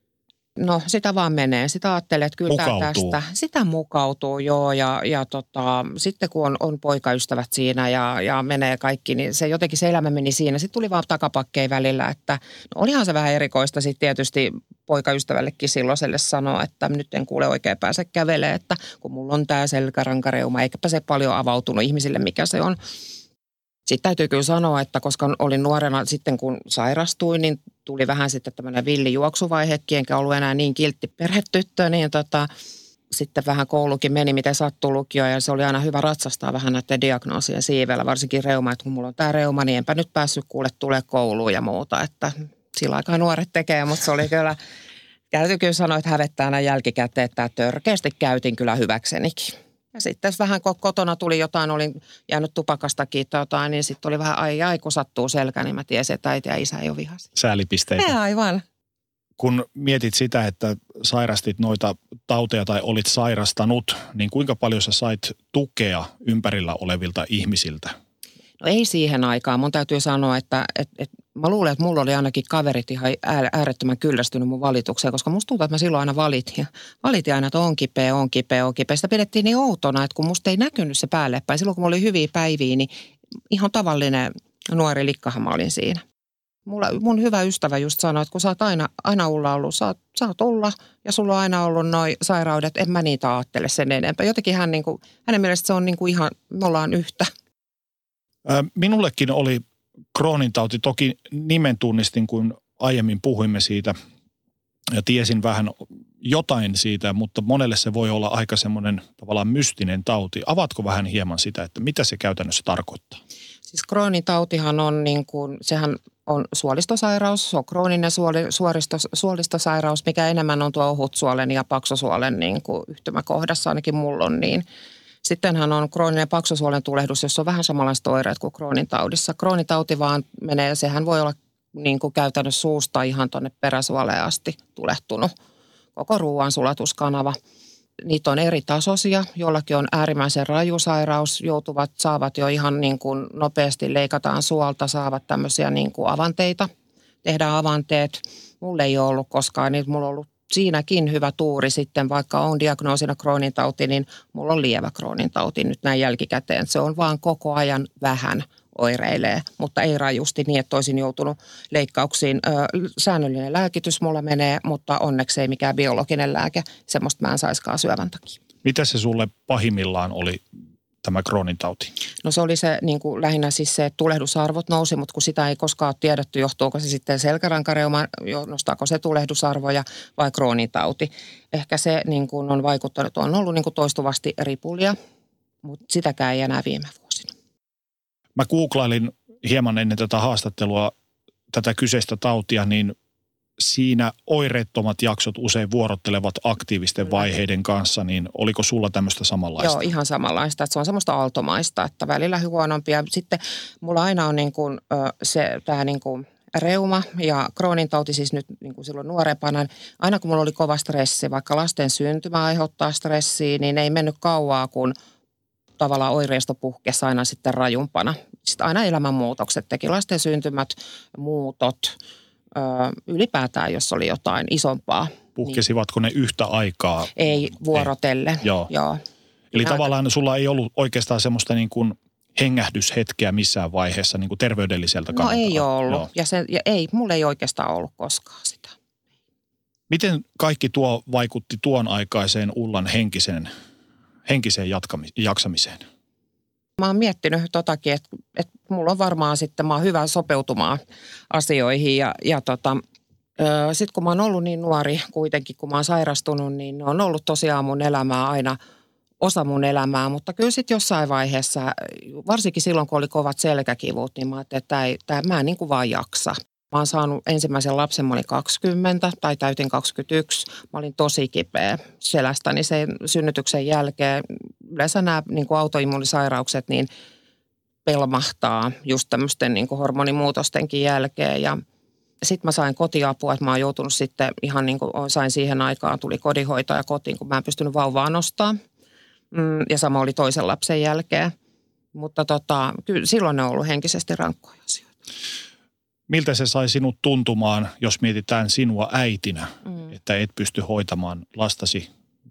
No sitä vaan menee. Sitä ajattelee, että kyllä mukautuu. Tästä. Sitä mukautuu, joo. Ja, ja tota, sitten kun on, on poikaystävät siinä ja, ja menee kaikki, niin se jotenkin se elämä meni siinä. Sitten tuli vaan takapakkeja välillä, että no olihan se vähän erikoista sitten tietysti poikaystävällekin silloiselle sanoa, että nyt en kuule oikein pääse kävelemään, että kun mulla on tämä selkärankareuma, eikäpä se paljon avautunut ihmisille, mikä se on. Sitten täytyy kyllä sanoa, että koska olin nuorena sitten kun sairastuin, niin tuli vähän sitten tämmöinen villijuoksuvaihekin, enkä ollut enää niin kiltti perhetyttö, niin tota, sitten vähän koulukin meni, miten sattuu lukio ja se oli aina hyvä ratsastaa vähän näiden diagnoosien siivellä, varsinkin reuma, että kun mulla on tämä reuma, niin enpä nyt päässyt kuule tulee kouluun ja muuta, että sillä aikaa nuoret tekee, mutta se oli kyllä, täytyy kyllä sanoa, että hävettää aina jälkikäteen, että törkeästi käytin kyllä hyväksenikin. Ja sitten vähän kotona tuli jotain, olin jäänyt tupakastakin tai jotain, niin sitten oli vähän ai ai, kun sattuu selkä, niin mä tiesin, että äiti ja isä ei ole vihasi. Säälipisteitä. Ja aivan. Kun mietit sitä, että sairastit noita tauteja tai olit sairastanut, niin kuinka paljon sä sait tukea ympärillä olevilta ihmisiltä? No ei siihen aikaan. Mun täytyy sanoa, että, että, että mä luulen, että mulla oli ainakin kaverit ihan äärettömän kyllästynyt mun valitukseen, koska musta tuntuu, että mä silloin aina valitin. Valitin aina, että on kipeä, on kipeä, on kipeä. Sitä pidettiin niin outona, että kun musta ei näkynyt se päälle päin. Silloin kun mulla oli hyviä päiviä, niin ihan tavallinen nuori likkahan mä olin siinä. Mulla, mun hyvä ystävä just sanoi, että kun sä oot aina, aina Ulla ollut, sä oot, sä oot Ulla ja sulla on aina ollut noi sairaudet, en mä niitä ajattele sen enempää. Jotenkin hän niin kuin, hänen mielestä se on niin kuin ihan, me ollaan yhtä. Minullekin oli Crohnin tauti, toki nimen tunnistin, kun aiemmin puhuimme siitä ja tiesin vähän jotain siitä, mutta monelle se voi olla aika semmoinen tavallaan mystinen tauti. Avaatko vähän hieman sitä, että mitä se käytännössä tarkoittaa? Siis Crohnin tautihan on niin kuin, sehän on suolistosairaus, se on krooninen suoli, suoristo, suolistosairaus, mikä enemmän on tuo ohutsuolen ja paksusuolen niin kuin yhtymäkohdassa, ainakin mulla on niin. Sittenhän on krooninen paksusuolen tulehdus, jossa on vähän samanlaiset oireet kuin Crohnin taudissa. Crohnin tauti vaan menee, sehän voi olla niin kuin käytännössä suusta ihan tuonne peräsuoleen asti tulehtunut. Koko ruoansulatuskanava. Niitä on eri tasoisia, jollakin on äärimmäisen rajusairaus, joutuvat, saavat jo ihan niin kuin nopeasti leikataan suolta, saavat tämmöisiä niin kuin avanteita, tehdään avanteet. Mulla ei ole ollut koskaan, niin mulla on ollut siinäkin hyvä tuuri sitten, vaikka on diagnoosina Crohnin tauti, niin mulla on lievä Crohnin tauti nyt näin jälkikäteen. Se on vaan koko ajan vähän oireilee, mutta ei rajusti niin, että olisin joutunut leikkauksiin. Ö, säännöllinen lääkitys mulla menee, mutta onneksi ei mikään biologinen lääke. Semmoista mä en saiskaan syövän takia. Mitä se sulle pahimmillaan oli tämä Crohnin tauti? No se oli se niin kuin lähinnä siis se, että tulehdusarvot nousi, mutta kun sitä ei koskaan ole tiedetty, johtuuko se sitten selkärankareuma, nostaako se tulehdusarvoja vai Crohnin tauti. Ehkä se niin kuin on vaikuttanut, on ollut niin kuin toistuvasti ripulia, mutta sitäkään ei enää viime vuosina. Mä googlailin hieman ennen tätä haastattelua tätä kyseistä tautia, niin siinä oireettomat jaksot usein vuorottelevat aktiivisten vaiheiden kanssa, niin oliko sulla tämmöistä samanlaista? Joo, ihan samanlaista. Että se on semmoista aaltomaista, että välillä huonompia. Sitten mulla aina on niin kuin, se, tämä niin kuin reuma ja Crohnin tauti siis nyt niin kuin silloin nuorempana. Aina kun mulla oli kova stressi, vaikka lasten syntymä aiheuttaa stressiä, niin ei mennyt kauaa, kun tavallaan oireisto puhkesi aina sitten rajumpana. Sitten aina elämänmuutokset teki lasten syntymät, muutot, ö, ylipäätään jos oli jotain isompaa. Puhkesivatko niin ne yhtä aikaa? Ei vuorotelle. Ei. Joo. Joo. Eli ja tavallaan aika... sulla ei ollut oikeastaan semmoista niin kuin hengähdyshetkeä missään vaiheessa niin kuin terveydelliseltä kannalta? No ei ole ollut. Ja, se, ja ei, mulla ei oikeastaan ollut koskaan sitä. Miten kaikki tuo vaikutti tuon aikaiseen Ullan henkiseen, henkiseen jatkami, jaksamiseen? Mä oon miettinyt totakin, että, että mulla on varmaan sitten, mä oon hyvä sopeutumaan asioihin ja, ja tota, sitten kun mä oon ollut niin nuori kuitenkin, kun mä oon sairastunut, niin on ollut tosiaan mun elämää aina osa mun elämää, mutta kyllä sitten jossain vaiheessa, varsinkin silloin kun oli kovat selkäkivut, niin mä ajattelin, että tää ei, tää, mä en niin kuin vaan jaksa. Mä oon saanut ensimmäisen lapsen, mä olin kaksikymmentä tai täytin kaksikymmentäyksi. Mä olin tosi kipeä selästäni sen synnytyksen jälkeen. Yleensä nämä niin kuin autoimmuunisairaukset niin pelmahtaa just tämmöisten niin kuin hormonimuutostenkin jälkeen. Ja sitten mä sain kotiapua, että mä oon joutunut sitten ihan niin kuin sain siihen aikaan, tuli kodinhoitaja kotiin, kun mä en pystynyt vauvaa nostaa. Ja sama oli toisen lapsen jälkeen. Mutta tota, kyllä silloin ne on ollut henkisesti rankkoja asioita. Miltä se sai sinut tuntumaan, jos mietitään sinua äitinä, mm. että et pysty hoitamaan lastasi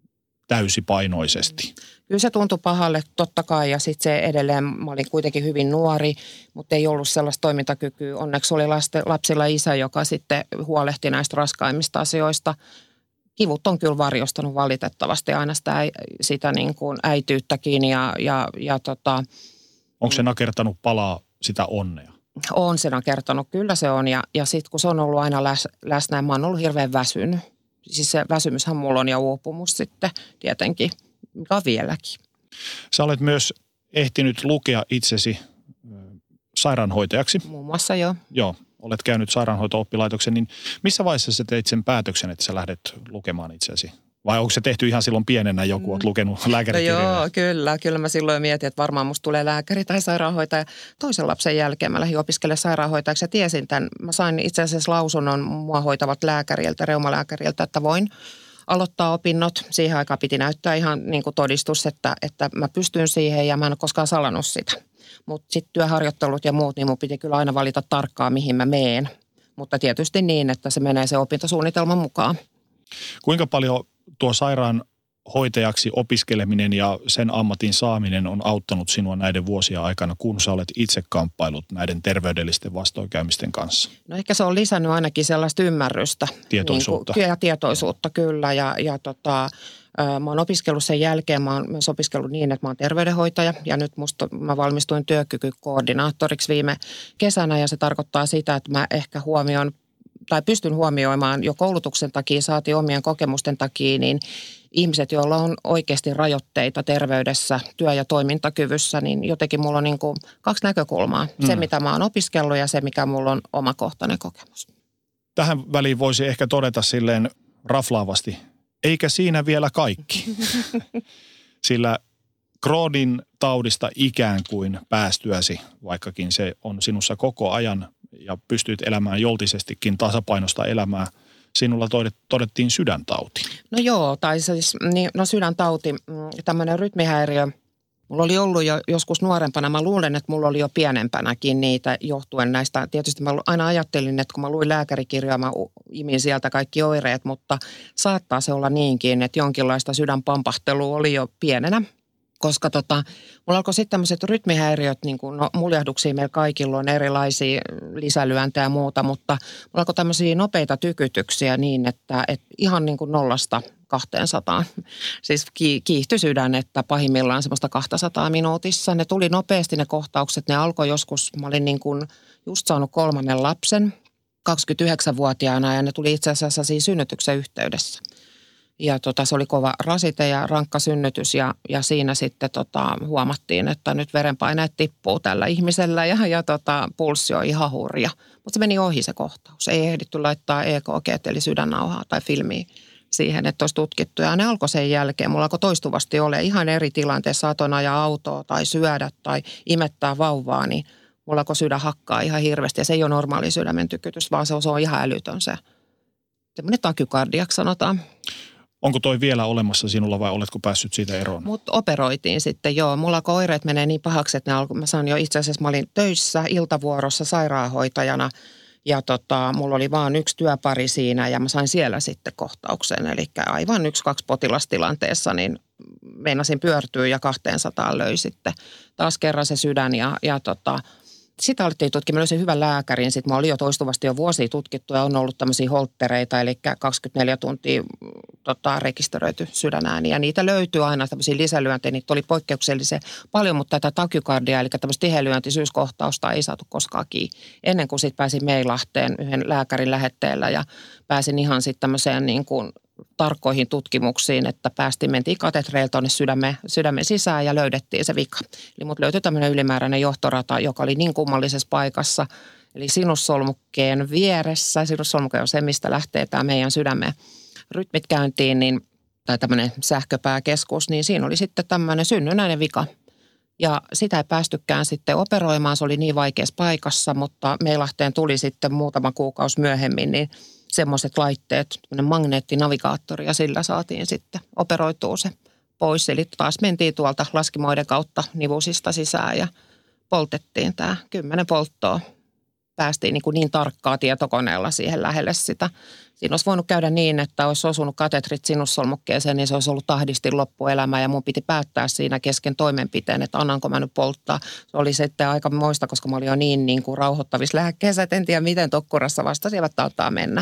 täysipainoisesti? Kyllä se tuntui pahalle totta kai ja sitten se edelleen, mä olin kuitenkin hyvin nuori, mutta ei ollut sellaista toimintakykyä. Onneksi oli lasten, lapsilla isä, joka sitten huolehti näistä raskaimmista asioista. Kivut on kyllä varjostanut valitettavasti aina sitä, sitä niin kuin äityyttäkin ja, ja, ja tota... Onko se nakertanut palaa sitä onnea? On se nakertanut, kyllä se on. Ja, ja sitten kun se on ollut aina läs, läsnä, mä oon ollut hirveän väsynyt. Siis se väsymyshän mulla on ja uupumus sitten tietenkin, mikä on vieläkin. Sä olet myös ehtinyt lukea itsesi sairaanhoitajaksi. Muun muassa joo. Joo, olet käynyt sairaanhoito-oppilaitoksen, niin missä vaiheessa sä teit sen päätöksen, että sä lähdet lukemaan itsesi? Vai onko se tehty ihan silloin pienenä joku, olet lukenut lääkärikirjoja? No joo, kyllä. Kyllä mä silloin mietin, että varmaan musta tulee lääkäri tai sairaanhoitaja. Toisen lapsen jälkeen mä lähdin opiskelemaan sairaanhoitajaksi ja tiesin tämän. Mä sain itse asiassa lausunnon mua hoitavat lääkäriltä, reumalääkäriltä, että voin aloittaa opinnot. Siihen aikaan piti näyttää ihan niin kuin todistus, että, että mä pystyn siihen ja mä en ole koskaan salannut sitä. Mutta sitten työharjoittelut ja muut, niin mun piti kyllä aina valita tarkkaan, mihin mä meen. Mutta tietysti niin, että se menee se opintosuunnitelman mukaan. Kuinka paljon tuo sairaanhoitajaksi opiskeleminen ja sen ammatin saaminen on auttanut sinua näiden vuosien aikana, kun sä olet itse kamppailut näiden terveydellisten vastoinkäymisten kanssa? No ehkä se on lisännyt ainakin sellaista ymmärrystä. Tietoisuutta. Niin kuin, ja tietoisuutta kyllä. Ja, ja tota, mä oon opiskellut sen jälkeen, mä oon myös opiskellut niin, että mä oon terveydenhoitaja. Ja nyt musta mä valmistuin työkykykoordinaattoriksi viime kesänä ja se tarkoittaa sitä, että mä ehkä huomioon tai pystyn huomioimaan jo koulutuksen takia, saati omien kokemusten takia, niin ihmiset, joilla on oikeasti rajoitteita terveydessä, työ- ja toimintakyvyssä, niin jotenkin mulla on niin kuin kaksi näkökulmaa. Mm. Se, mitä mä oon opiskellut ja se, mikä mulla on omakohtainen kokemus. Tähän väliin voisi ehkä todeta silleen raflaavasti, eikä siinä vielä kaikki. Sillä Crohnin taudista ikään kuin päästyäsi, vaikkakin se on sinussa koko ajan, ja pystyit elämään joltisestikin tasapainosta elämää, sinulla todettiin sydäntauti. No joo, tai siis niin, no sydäntauti, tämmöinen rytmihäiriö. Mulla oli ollut jo joskus nuorempana, mä luulen, että mulla oli jo pienempänäkin niitä johtuen näistä. Tietysti mä aina ajattelin, että kun mä luin lääkärikirjaa, mä imin sieltä kaikki oireet, mutta saattaa se olla niinkin, että jonkinlaista sydänpampahtelua oli jo pienenä. Koska tota, mulla alkoi sitten tämmöiset rytmihäiriöt, niin kuin no, muljahduksia meillä kaikilla on erilaisia lisälyöntejä ja muuta, mutta mulla alkoi tämmöisiä nopeita tykytyksiä niin, että, että ihan niin kuin nollasta kahteensataan. Siis kiihtyi sydän, että pahimmillaan semmoista kaksisataa minuutissa. Ne tuli nopeasti ne kohtaukset, ne alkoi joskus, mä olin niin kuin just saanut kolmannen lapsen kaksikymmentäyhdeksänvuotiaana ja ne tuli itse asiassa siinä synnytyksen yhteydessä. Ja tota, se oli kova rasite ja rankka synnytys ja, ja siinä sitten tota, huomattiin, että nyt verenpaineet tippuu tällä ihmisellä ja, ja tota, pulssi on ihan hurja. Mutta se meni ohi se kohtaus. Ei ehditty laittaa E K G eli sydännauhaa tai filmiä siihen, että olisi tutkittu. Ja ne alkoi sen jälkeen. Mulla alkoi toistuvasti ole ihan eri tilanteessa. Saatoin ajaa autoa tai syödä tai imettää vauvaa, niin mulla alkoi sydän hakkaa ihan hirveästi. Ja se ei ole normaali sydämen tykytys, vaan se on, se on ihan älytön se. Semmoinen takykardiaksi sanotaan. Onko toi vielä olemassa sinulla vai oletko päässyt siitä eroon? Mut operoitiin sitten, joo. Mulla kun oireet menee niin pahaksi, että ne alkoi, mä sanon jo itse asiassa, mä olin töissä iltavuorossa sairaanhoitajana ja tota, mulla oli vaan yksi työpari siinä ja mä sain siellä sitten kohtauksen. Eli aivan yksi, kaksi potilastilanteessa, niin meinasin pyörtyä ja kaksisataa löi sitten taas kerran se sydän ja, ja tota, sitä alettiin tutkia. Mä löysin hyvän lääkärin. Sitten mä olin jo toistuvasti jo vuosia tutkittu ja on ollut tämmöisiä holttereita, eli kaksikymmentäneljä tuntia tota, rekisteröity sydänääni. Ja niitä löytyy aina tämmöisiä lisälyöntejä. Niitä oli poikkeuksellisen paljon, mutta tätä takykardia, eli tämmöistä tihelyöntisyyskohtausta ei saatu koskaan kiinni. Ennen kuin sitten pääsin Meilahteen yhden lääkärin lähetteellä ja pääsin ihan sitten tämmöiseen niin kuin tarkkoihin tutkimuksiin, että päästiin, mentiin katetreilla tuonne sydämen, sydämen sisään ja löydettiin se vika. Eli mut löytyi tämmöinen ylimääräinen johtorata, joka oli niin kummallisessa paikassa, eli sinussolmukkeen vieressä. Sinussolmuke on se, mistä lähtee tämä meidän sydämen rytmit käyntiin, niin, tai tämmöinen sähköpääkeskus, niin siinä oli sitten tämmöinen synnynnäinen vika. Ja sitä ei päästykään sitten operoimaan, se oli niin vaikeassa paikassa, mutta Meilahteen tuli sitten muutama kuukausi myöhemmin, niin semmoiset laitteet, magneettinavigaattori ja sillä saatiin sitten operoitua se pois. Eli taas mentiin tuolta laskimoiden kautta nivusista sisään ja poltettiin tämä kymmenen polttoa. Päästiin niin, kuin niin tarkkaa tietokoneella siihen lähelle sitä. Siinä olisi voinut käydä niin, että olisi osunut katetrit sinussolmukkeeseen, niin se olisi ollut tahdistin loppuelämä ja mun piti päättää siinä kesken toimenpiteen, että annanko mä nyt polttaa. Se oli sitten aika moista, koska mä olin jo niin, niin kuin rauhoittavissa lääkkeissä, et en tiedä miten tokkurassa vasta siellä tauttaa mennä.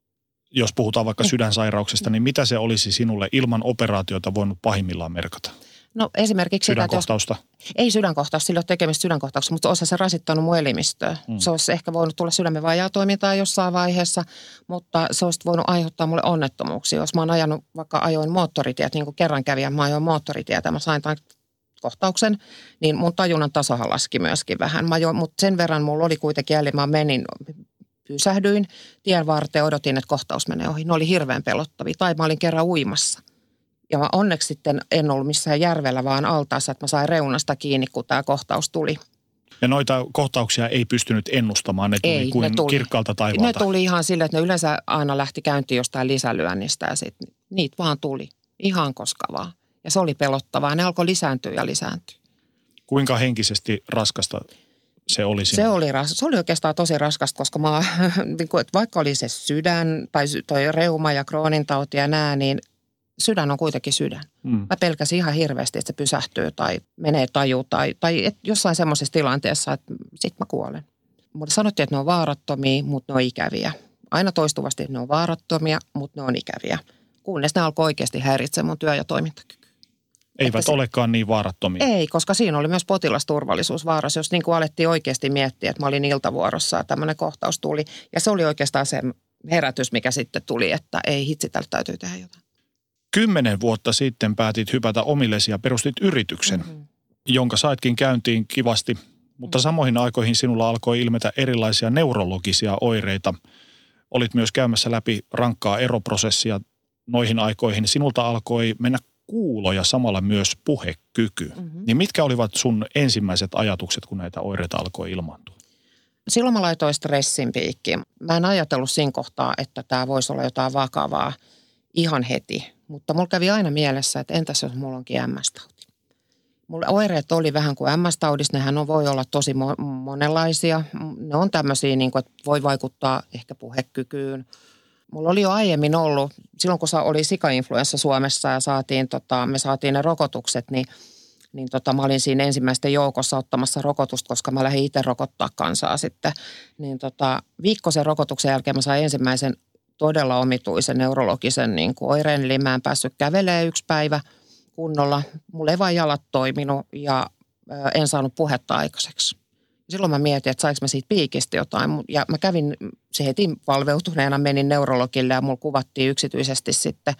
Jos puhutaan vaikka sydänsairauksista, niin mitä se olisi sinulle ilman operaatiota voinut pahimmillaan merkata? No esimerkiksi sydänkohtausta? Sitä, jos, ei sydänkohtausta, sillä ei ole tekemistä sydänkohtauksessa, mutta osa se rasittanut mun elimistöä. Mm. Se olisi ehkä voinut tulla sydämen vajaatoimintaa jossain vaiheessa, mutta se olisi voinut aiheuttaa mulle onnettomuuksia. Jos mä oon ajanut, vaikka ajoin moottoritiet, niin kuin kerran kävijä, mä ajoin moottoritietä, mä sain tämän kohtauksen, niin mun tajunnan tasohan laski myöskin vähän. Mä ajoin, mutta sen verran mulla oli kuitenkin jälleen, mä menin, pysähdyin tien varteen, odotin, että kohtaus menee ohi. Ne oli hirveän pelottavia. Tai mä olin kerran uimassa. Ja mä onneksi sitten en ollut missään järvellä, vaan altaassa, että mä sain reunasta kiinni, kun tämä kohtaus tuli. Ja noita kohtauksia ei pystynyt ennustamaan, ne tuli ei, kuin ne tuli. kirkkaalta taivaalta. Ne tuli ihan silleen, että ne yleensä aina lähti käyntiin jostain lisälyönnistä ja sitten niitä vaan tuli. Ihan koska vaan. Ja se oli pelottavaa. Ne alkoi lisääntyä ja lisääntyä. Kuinka henkisesti raskasta se oli Se oli, se oli oikeastaan tosi raskasta, koska mä, vaikka oli se sydän tai toi reuma ja Crohnin tauti ja nää, niin sydän on kuitenkin sydän. Mm. Mä pelkäsin ihan hirveästi, että se pysähtyy tai menee taju tai, tai et jossain semmoisessa tilanteessa, että sit mä kuolen. Mulle sanottiin, että ne on vaarattomia, mutta ne on ikäviä. Aina toistuvasti, että ne on vaarattomia, mutta ne on ikäviä. Kunnes ne alkoi oikeasti häiritsemään mun työ- ja toimintakyky. Eivät se, olekaan niin vaarattomia. Ei, koska siinä oli myös potilasturvallisuus vaarassa, jos niin kuin alettiin oikeasti miettiä, että mä olin iltavuorossa ja tämmöinen kohtaus tuli. Ja se oli oikeastaan se herätys, mikä sitten tuli, että ei hitsi, tältä täytyy tehdä jotain. Kymmenen vuotta sitten päätit hypätä omillesi ja perustit yrityksen, mm-hmm. jonka saitkin käyntiin kivasti. Mutta samoihin aikoihin sinulla alkoi ilmetä erilaisia neurologisia oireita. Olit myös käymässä läpi rankkaa eroprosessia noihin aikoihin. Sinulta alkoi mennä kuulo ja samalla myös puhekyky. Mm-hmm. Niin mitkä olivat sun ensimmäiset ajatukset, kun näitä oireita alkoi ilmaantua? Silloin mä laitoin stressin piikkiin. Mä en ajatellut siinä kohtaa, että tämä voisi olla jotain vakavaa ihan heti. Mutta mulla kävi aina mielessä, että entäs jos mulla onkin M S-tauti. Mulla oireet oli vähän kuin M S-taudissa. Nehän on, voi olla tosi mo- monenlaisia. Ne on tämmöisiä, niin kuin, että voi vaikuttaa ehkä puhekykyyn. Mulla oli jo aiemmin ollut, silloin kun oli sikainfluenssa Suomessa ja saatiin, tota, me saatiin ne rokotukset, niin, niin tota, mä olin siinä ensimmäisten joukossa ottamassa rokotusta, koska mä lähdin itse rokottaa kansaa sitten. Niin tota, viikko sen rokotuksen jälkeen mä sain ensimmäisen todella omituisen neurologisen niin kuin oireen, eli mä en päässyt kävelemään yksi päivä kunnolla. Mulla ei vaan jalat toiminut ja ö, en saanut puhetta aikaiseksi. Silloin mä mietin, että sainko mä siitä piikistä jotain. Ja mä kävin se heti valveutuneena, menin neurologille ja mulla kuvattiin yksityisesti sitten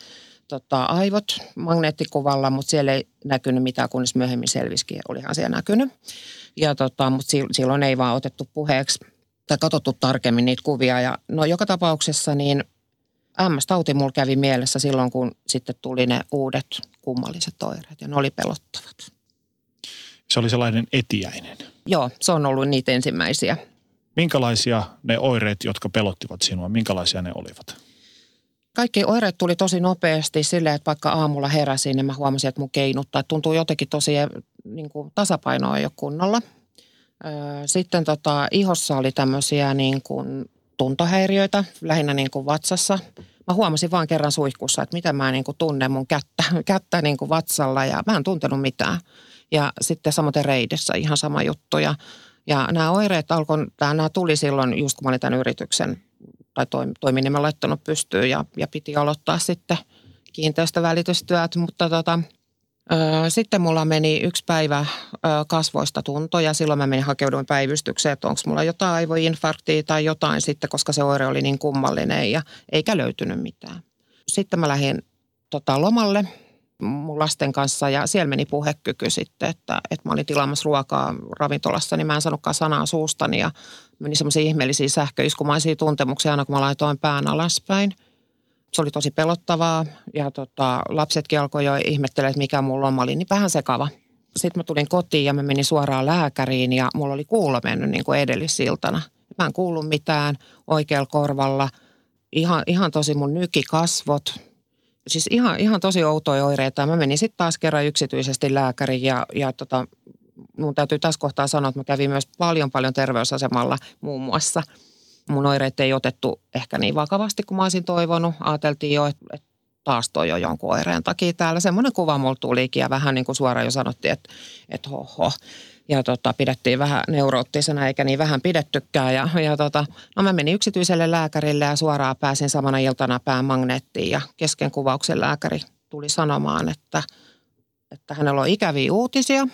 tota, aivot magneettikuvalla, mutta siellä ei näkynyt mitään, kunnes myöhemmin selvisikin, olihan siellä näkynyt. Ja tota, mutta silloin ei vaan otettu puheeksi tai katsottu tarkemmin niitä kuvia. Ja no joka tapauksessa niin M S-tauti mulla kävi mielessä silloin, kun sitten tuli ne uudet kummalliset oireet ja ne oli pelottavat. Se oli sellainen etiäinen. Joo, se on ollut niitä ensimmäisiä. Minkälaisia ne oireet, jotka pelottivat sinua, minkälaisia ne olivat? Kaikki oireet tuli tosi nopeasti silleen, että vaikka aamulla heräsin, niin mä huomasin, että mun keinuttaa. Tuntuu jotenkin tosi niin kuin tasapainoa jo kunnolla. Sitten tota, ihossa oli tämmöisiä niin kuin tuntohäiriöitä, lähinnä niin kuin vatsassa. Mä huomasin vaan kerran suihkussa, että miten mä niin kuin tunnen mun kättä, kättä niin kuin vatsalla ja mä en tuntenut mitään. Ja sitten samoin reidessä ihan sama juttu. Ja, ja nämä oireet alkoi, nämä tuli silloin just kun mä olin tämän yrityksen tai toiminimen laittanut pystyyn ja, ja piti aloittaa sitten kiinteistövälitystyöt, mutta tota, ö, sitten mulla meni yksi päivä ö, kasvoista tunto ja silloin mä menin hakeuduin päivystykseen, että onko mulla jotain aivoinfarktia tai jotain sitten, koska se oire oli niin kummallinen ja eikä löytynyt mitään. Sitten mä lähdin tota, lomalle mun lasten kanssa ja siellä meni puhekyky sitten, että, että mä olin tilaamassa ruokaa ravintolassa, niin mä en sanonutkaan sanaa suustani ja meni semmoisia ihmeellisiä sähköiskumaisia tuntemuksia aina, kun mä laitoin pään alaspäin. Se oli tosi pelottavaa ja tota, lapsetkin alkoi jo ihmettelemään, että mikä mulla on. Mä olin niin vähän sekava. Sitten mä tulin kotiin ja mä menin suoraan lääkäriin ja mulla oli kuulo mennyt niin kuin edellisiltana. Mä en kuullut mitään oikealla korvalla. Ihan, ihan tosi mun nykikasvot. Siis ihan, ihan tosi outoja oireita. Mä menin sitten taas kerran yksityisesti lääkäriin ja, ja tota, mun täytyy tässä kohtaa sanoa, että mä kävin myös paljon paljon terveysasemalla muun muassa. Mun oireet ei otettu ehkä niin vakavasti kuin mä olisin toivonut. Ajateltiin jo, että, että taas toi jo jonkun oireen takia täällä. Semmoinen kuva mulla tulikin ja vähän niin kuin suoraan jo sanottiin, että, että hoho. Ja tota, pidettiin vähän neuroottisena eikä niin vähän pidettykään. Ja, ja tota, no mä menin yksityiselle lääkärille ja suoraan pääsin samana iltana pään magneettiin. Ja kesken kuvauksen lääkäri tuli sanomaan, että, että hänellä on ikäviä uutisia.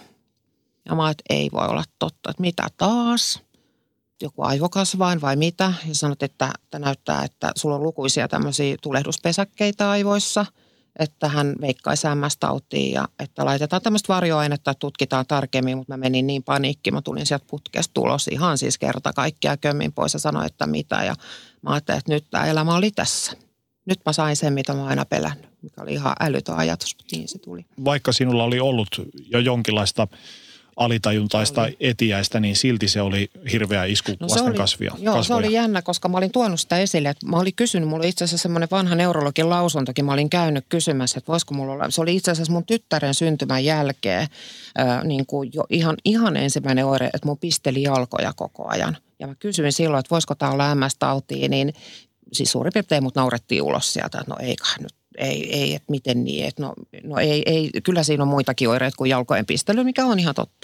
Ja mä että ei voi olla totta, että mitä taas? Joku aivokasvain vai mitä? Ja sanot, että, että näyttää, että sulla on lukuisia tämmöisiä tulehduspesäkkeitä aivoissa. Että hän veikkaisi M S-tautiin ja että laitetaan tämmöistä varjoainetta, että tutkitaan tarkemmin, mutta mä menin niin paniikki, mä tulin sieltä putkesta ulos ihan siis kerta kaikkia kömmin pois ja sanoin, että mitä ja mä ajattelin, että nyt tämä elämä oli tässä. Nyt mä sain sen, mitä mä oon aina pelännyt, mikä oli ihan älytön ajatus, mutta niin se tuli. Vaikka sinulla oli ollut jo jonkinlaista alitajuntaista etiäistä, niin silti se oli hirveä isku no vasten oli, kasvia. Joo, kasvoja. Se oli jännä, koska mä olin tuonut sitä esille. Että mä olin kysynyt, mulla oli itse asiassa semmoinen vanha neurologin lausuntokin, mä olin käynyt kysymässä, että voisiko mulla olla. Se oli itse asiassa mun tyttären syntymän jälkeen äh, niin kuin jo ihan, ihan ensimmäinen oire, että mun pisteli jalkoja koko ajan. Ja mä kysyin silloin, että voisiko tämä olla M S-tautia, niin siis suurin piirtein mut naurettiin ulos sieltä, että no eiköhän nyt. Ei, ei, että miten niin, että no, no ei, ei, kyllä siinä on muitakin oireita kuin jalkojen pistely, mikä on ihan totta.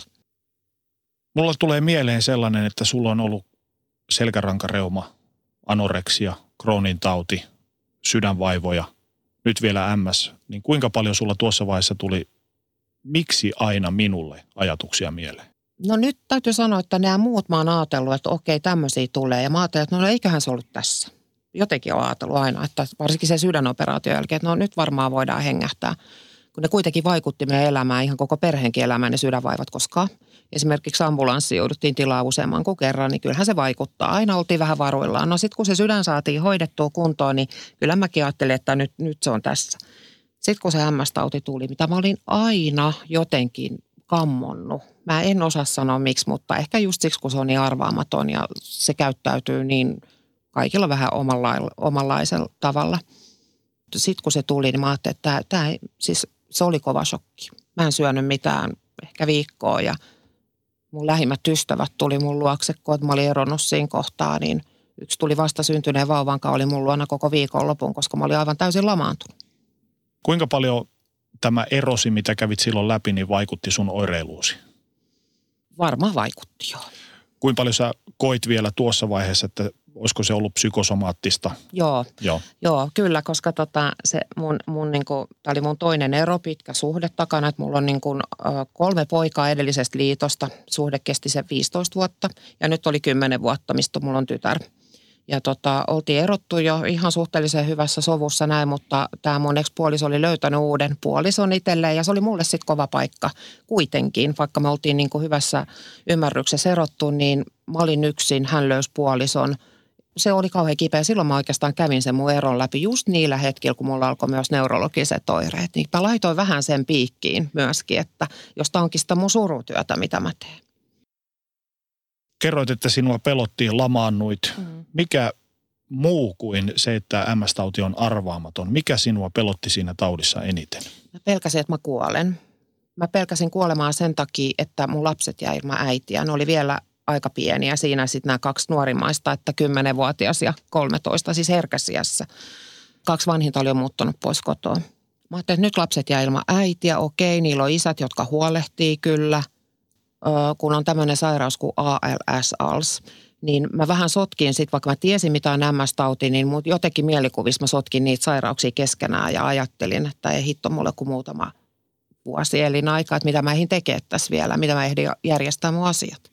Mulla tulee mieleen sellainen, että sulla on ollut selkärankareuma, anoreksia, Crohnin tauti, sydänvaivoja, nyt vielä M S. Niin kuinka paljon sulla tuossa vaiheessa tuli, miksi aina minulle ajatuksia mieleen? No nyt täytyy sanoa, että nämä muut mä oon ajatellut, että okei tämmöisiä tulee ja mä ajattelin, että no eiköhän se ollut tässä. Jotenkin on ajatellut aina, että varsinkin sen sydänoperaation jälkeen, että no nyt varmaan voidaan hengähtää. Kun ne kuitenkin vaikutti meidän elämään, ihan koko perheenkin elämään ne sydänvaivat, koska esimerkiksi ambulanssi jouduttiin tilaa useamman kuin kerran, niin kyllähän se vaikuttaa. Aina oltiin vähän varuillaan. No sitten kun se sydän saatiin hoidettua kuntoon, niin kyllä mäkin ajattelin, että nyt, nyt se on tässä. Sitten kun se M S-tauti tuli, mitä mä olin aina jotenkin kammonnut. Mä en osaa sanoa miksi, mutta ehkä just siksi, kun se on niin arvaamaton ja se käyttäytyy niin kaikilla vähän omanlailla, omanlaisella tavalla. Sitten kun se tuli, niin mä ajattelin, että tämä, tämä ei, siis se oli kova shokki. Mä en syönyt mitään ehkä viikkoa ja mun lähimmät ystävät tuli mun luokse, kun mä olin eronnut siinä kohtaa, niin yksi tuli vasta syntyneen vauvan kanssa, oli mun luona koko viikonlopun, koska mä olin aivan täysin lamaantunut. Kuinka paljon tämä erosi, mitä kävit silloin läpi, niin vaikutti sun oireiluusi? Varmaan vaikutti, joo. Kuinka paljon sä koit vielä tuossa vaiheessa, että olisiko se ollut psykosomaattista? Joo, joo. joo kyllä, koska tota, se mun, mun niinku, tää oli mun toinen ero, pitkä suhde takana, että mulla on niinku, kolme poikaa edellisestä liitosta, suhde kesti se viisitoista vuotta ja nyt oli kymmenen vuotta, mistä mulla on tytär. Ja tota, oltiin erottu jo ihan suhteellisen hyvässä sovussa näin, mutta tämä mun ex-puoliso oli löytänyt uuden puolison itselleen ja se oli mulle sitten kova paikka kuitenkin. Vaikka me oltiin niin kuin hyvässä ymmärryksessä erottu, niin mä olin yksin, hän löysi puolison. Se oli kauhean kipeä. Silloin mä oikeastaan kävin sen mun eron läpi just niillä hetkillä, kun mulla alkoi myös neurologiset oireet. Niin mä laitoin vähän sen piikkiin myöskin, että jos tämä onkin sitä mun surutyötä, mitä mä teen. Kerroit, että sinua pelottiin, lamaannuit. Mm. Mikä muu kuin se, että M S-tauti on arvaamaton? Mikä sinua pelotti siinä taudissa eniten? Mä pelkäsin, että mä kuolen. Mä pelkäsin kuolemaa sen takia, että mun lapset jäi ilman äitiä. Ne oli vielä aika pieniä. Siinä sitten nämä kaksi nuorimmaista, että kymmenvuotias ja kolmetoista, siis herkäsiässä. Kaksi vanhinta oli jo muuttanut pois kotoa. Mä ajattelin, että nyt lapset jää ilman äitiä. Okei, niillä on isät, jotka huolehtii kyllä. Kun on tämmöinen sairaus kuin A L S, A L S, niin mä vähän sotkin sitten, vaikka mä tiesin mitä on M S-tauti, niin mut jotenkin mielikuvissa mä sotkin niitä sairauksia keskenään ja ajattelin, että ei hitto mulle kuin muutama vuosi elinaika, että mitä mä ehdin tekemään tässä vielä, mitä mä ehdin järjestää mun asiat.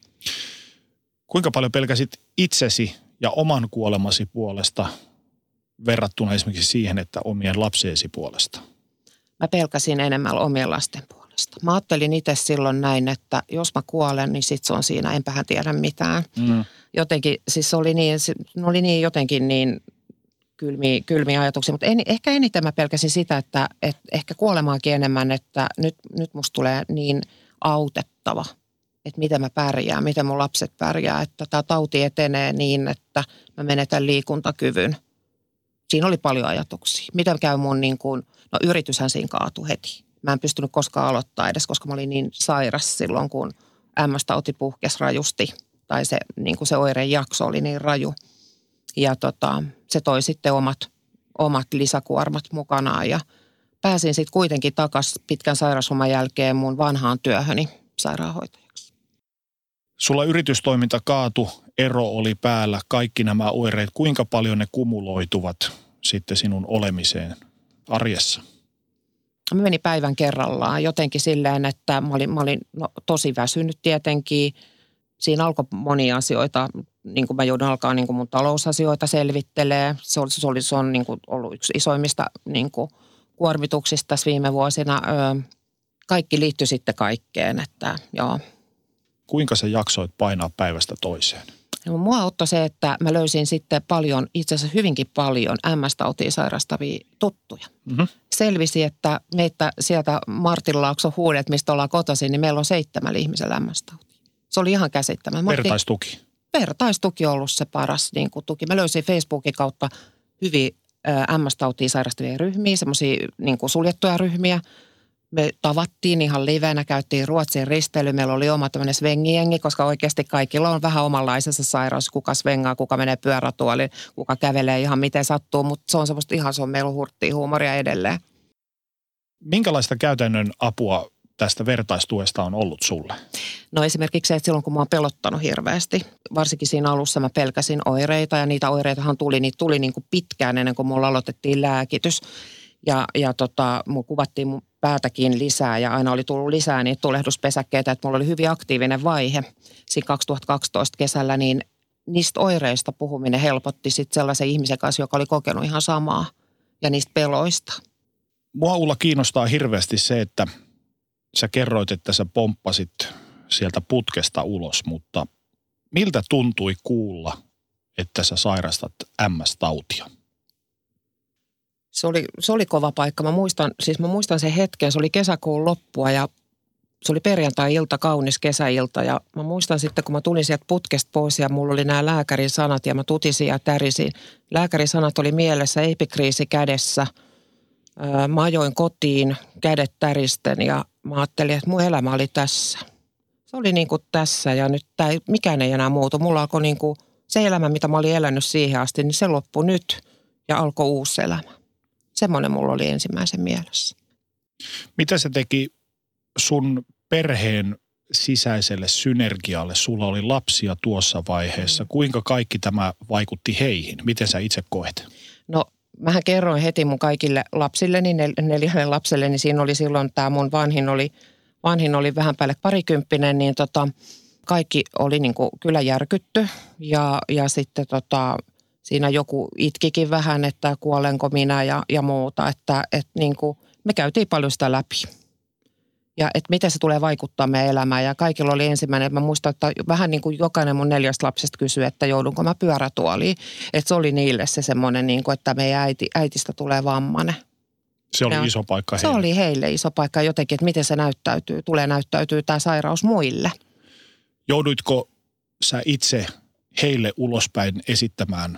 Kuinka paljon pelkäsit itsesi ja oman kuolemasi puolesta verrattuna esimerkiksi siihen, että omien lapsiesi puolesta? Mä pelkäsin enemmän omien lasten puolesta. Mä ajattelin itse silloin näin, että jos mä kuolen, niin sit se on siinä, enpähän tiedä mitään. Mm. Jotenkin, siis se oli niin, se oli niin jotenkin niin kylmiä, kylmiä ajatuksia, mutta en, ehkä eniten mä pelkäsin sitä, että, että ehkä kuolemaakin enemmän, että nyt, nyt musta tulee niin autettava, että miten mä pärjään, miten mun lapset pärjää, että tämä tauti etenee niin, että mä menetän liikuntakyvyn. Siinä oli paljon ajatuksia. Mitä käy mun niin kuin, no yrityshän siinä kaatui heti. Mä en pystynyt koskaan aloittaa edes, koska mä olin niin sairas silloin, kun M S-tauti puhkesi rajusti. Tai se, niin kuin se oirejakso oli niin raju. Ja tota, se toi sitten omat, omat lisäkuormat mukanaan. Ja pääsin sitten kuitenkin takaisin pitkän sairausloman jälkeen mun vanhaan työhöni sairaanhoitajaksi. Sulla yritystoiminta kaatu, ero oli päällä, kaikki nämä oireet. Kuinka paljon ne kumuloituvat sitten sinun olemiseen arjessa? Mä menin päivän kerrallaan jotenkin silleen, että mä olin, mä olin no, tosi väsynyt tietenkin. Siinä alkoi monia asioita, niin kuin mä joudun alkaa niin kuin mun talousasioita selvittelee. Se, oli, se, oli, se on niin kuin ollut yksi isoimmista niin kuin kuormituksista tässä viime vuosina. Öö, kaikki liittyi sitten kaikkeen, että joo. Kuinka sä jaksoit painaa päivästä toiseen? No, mua auttoi se, että mä löysin sitten paljon, itse asiassa hyvinkin paljon M S-tautia sairastavia tuttuja. Mm-hmm. Selvisi, että meitä sieltä Martinlaakson huudet, mistä ollaan kotoisin, niin meillä on seitsemän ihmisellä M S-tautia. Se oli ihan käsittämätöntä. Vertaistuki. Vertaistuki on ollut se paras niin kuin, tuki. Mä löysin Facebookin kautta hyvin ä, M S-tautia sairastavia ryhmiä, semmoisia niin kuin suljettuja ryhmiä. Me tavattiin ihan livenä, käytiin Ruotsin risteily. Meillä oli oma tämmöinen svengijengi, koska oikeasti kaikilla on vähän omanlaisessa sairaus. Kuka svengaa, kuka menee pyörätuoliin, kuka kävelee ihan miten sattuu. Mutta se on semmoista ihan, se on meillä hurttia huumoria edelleen. Minkälaista käytännön apua tästä vertaistuesta on ollut sulle? No esimerkiksi se, että silloin kun mä oon pelottanut hirveästi, varsinkin siinä alussa mä pelkäsin oireita ja niitä oireitahan tuli, niitä tuli niin kuin pitkään ennen kuin mulla aloitettiin lääkitys. Ja, ja tota, mun kuvattiin mun päätäkin lisää ja aina oli tullut lisää niitä tulehduspesäkkeitä, että mulla oli hyvin aktiivinen vaihe. Siinä kaksituhattakaksitoista kesällä, niin niistä oireista puhuminen helpotti sitten sellaisen ihmisen kanssa, joka oli kokenut ihan samaa ja niistä peloista. Mua Ulla kiinnostaa hirveästi se, että sä kerroit, että sä pomppasit sieltä putkesta ulos, mutta miltä tuntui kuulla, että sä sairastat M S-tautia? Se oli, se oli kova paikka. Mä muistan, siis mä muistan sen hetken, se oli kesäkuun loppua ja se oli perjantai-ilta, kaunis kesäilta ja mä muistan sitten, kun mä tulin sieltä putkesta pois ja mulla oli nämä lääkärin sanat ja mä tutisin ja tärisin. Lääkärin sanat oli mielessä, epikriisi kädessä. Mä ajoin kotiin kädet täristen ja mä ajattelin, että mun elämä oli tässä. Se oli niin kuin tässä ja nyt tää, mikään ei enää muutu. Mulla alkoi niin kuin se elämä, mitä mä olin elänyt siihen asti, niin se loppui nyt ja alkoi uusi elämä. Semmoinen mulla oli ensimmäisen mielessä. Mitä se teki sun perheen sisäiselle synergialle? Sulla oli lapsia tuossa vaiheessa. Kuinka kaikki tämä vaikutti heihin? Miten sä itse koet? No mähän kerroin heti mun kaikille lapsilleni, nel- neljälle lapselleni. Siinä oli silloin tämä mun vanhin oli, vanhin oli vähän päälle parikymppinen, niin tota, kaikki oli niin kuin kyllä järkytty. Ja, ja sitten tota, siinä joku itkikin vähän, että kuolenko minä ja, ja muuta. Että et niin kuin, me käytiin paljon sitä läpi. Ja että miten se tulee vaikuttaa meidän elämään. Ja kaikilla oli ensimmäinen, että mä muistan, että vähän niin kuin jokainen mun neljästä lapsesta kysyi, että joudunko mä pyörätuoliin. Että se oli niille se semmoinen, niin kuin, että meidän äiti, äitistä tulee vammainen. Se oli ja iso paikka heille. Se oli heille iso paikka jotenkin, että miten se näyttäytyy, tulee näyttäytyy tämä sairaus muille. Jouduitko sä itse heille ulospäin esittämään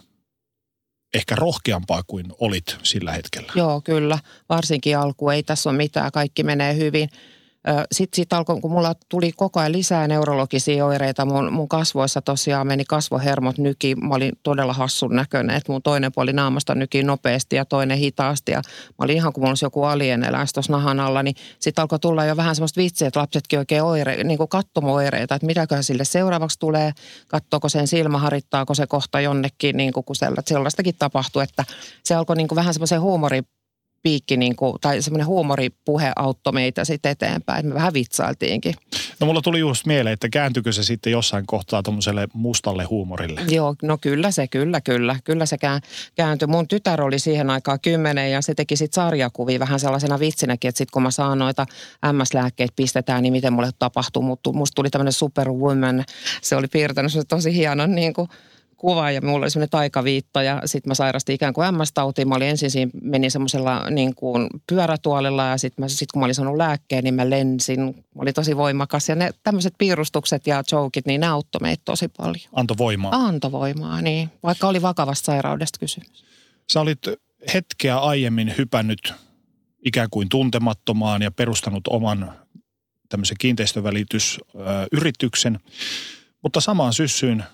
ehkä rohkeampaa kuin olit sillä hetkellä? Joo, kyllä. Varsinkin alku. Ei tässä ole mitään. Kaikki menee hyvin. Sitten sit alkoi, kun mulla tuli koko ajan lisää neurologisia oireita, mun, mun kasvoissa tosiaan meni kasvohermot nyki. Mä olin todella hassun näköinen, että mun toinen puoli naamasta nyki nopeasti ja toinen hitaasti. Ja mä olin ihan kuin mulla olisi joku alieneläis tuossa nahan alla, niin sitten alkoi tulla jo vähän semmoista vitsiä, että lapsetkin oikein oire, niin kuin kattomo-oireita, että mitäköhän sille seuraavaksi tulee, katsoako sen silmä, harittaako se kohta jonnekin, niin kuin sellaistakin tapahtui, että se alkoi niin kuin vähän semmoisen huumorin piikki, niin kuin, tai semmoinen huumoripuhe auttoi meitä sitten eteenpäin, että me vähän vitsailtiinkin. No mulla tuli just mieleen, että kääntyykö se sitten jossain kohtaa tuommoiselle mustalle huumorille? Joo, no kyllä se, kyllä, kyllä. Kyllä se kääntyi. Mun tytär oli siihen aikaan kymmenen ja se teki sitten sarjakuvia vähän sellaisena vitsinäkin, että sitten kun mä saan noita M S-lääkkeitä pistetään, niin miten mulle tapahtuu. Musta tuli tämmöinen superwoman. Se oli piirtänyt se tosi hienon niin kuin kuva ja mulla oli semmoinen taikaviitta ja sitten mä sairastin ikään kuin M S-tautiin. Mä olin ensin siinä, menin semmoisella niin kuin pyörätuolilla ja sitten sit kun mä olin saanut lääkkeen, niin mä lensin. Mä olin tosi voimakas ja ne tämmöiset piirustukset ja jokit, niin ne auttoi meitä tosi paljon. Anto voimaa. Anto voimaa, niin. Vaikka oli vakavasta sairaudesta kysymys. Sä olit hetkeä aiemmin hypännyt ikään kuin tuntemattomaan ja perustanut oman tämmöisen kiinteistövälitysyrityksen, mutta samaan syssyyn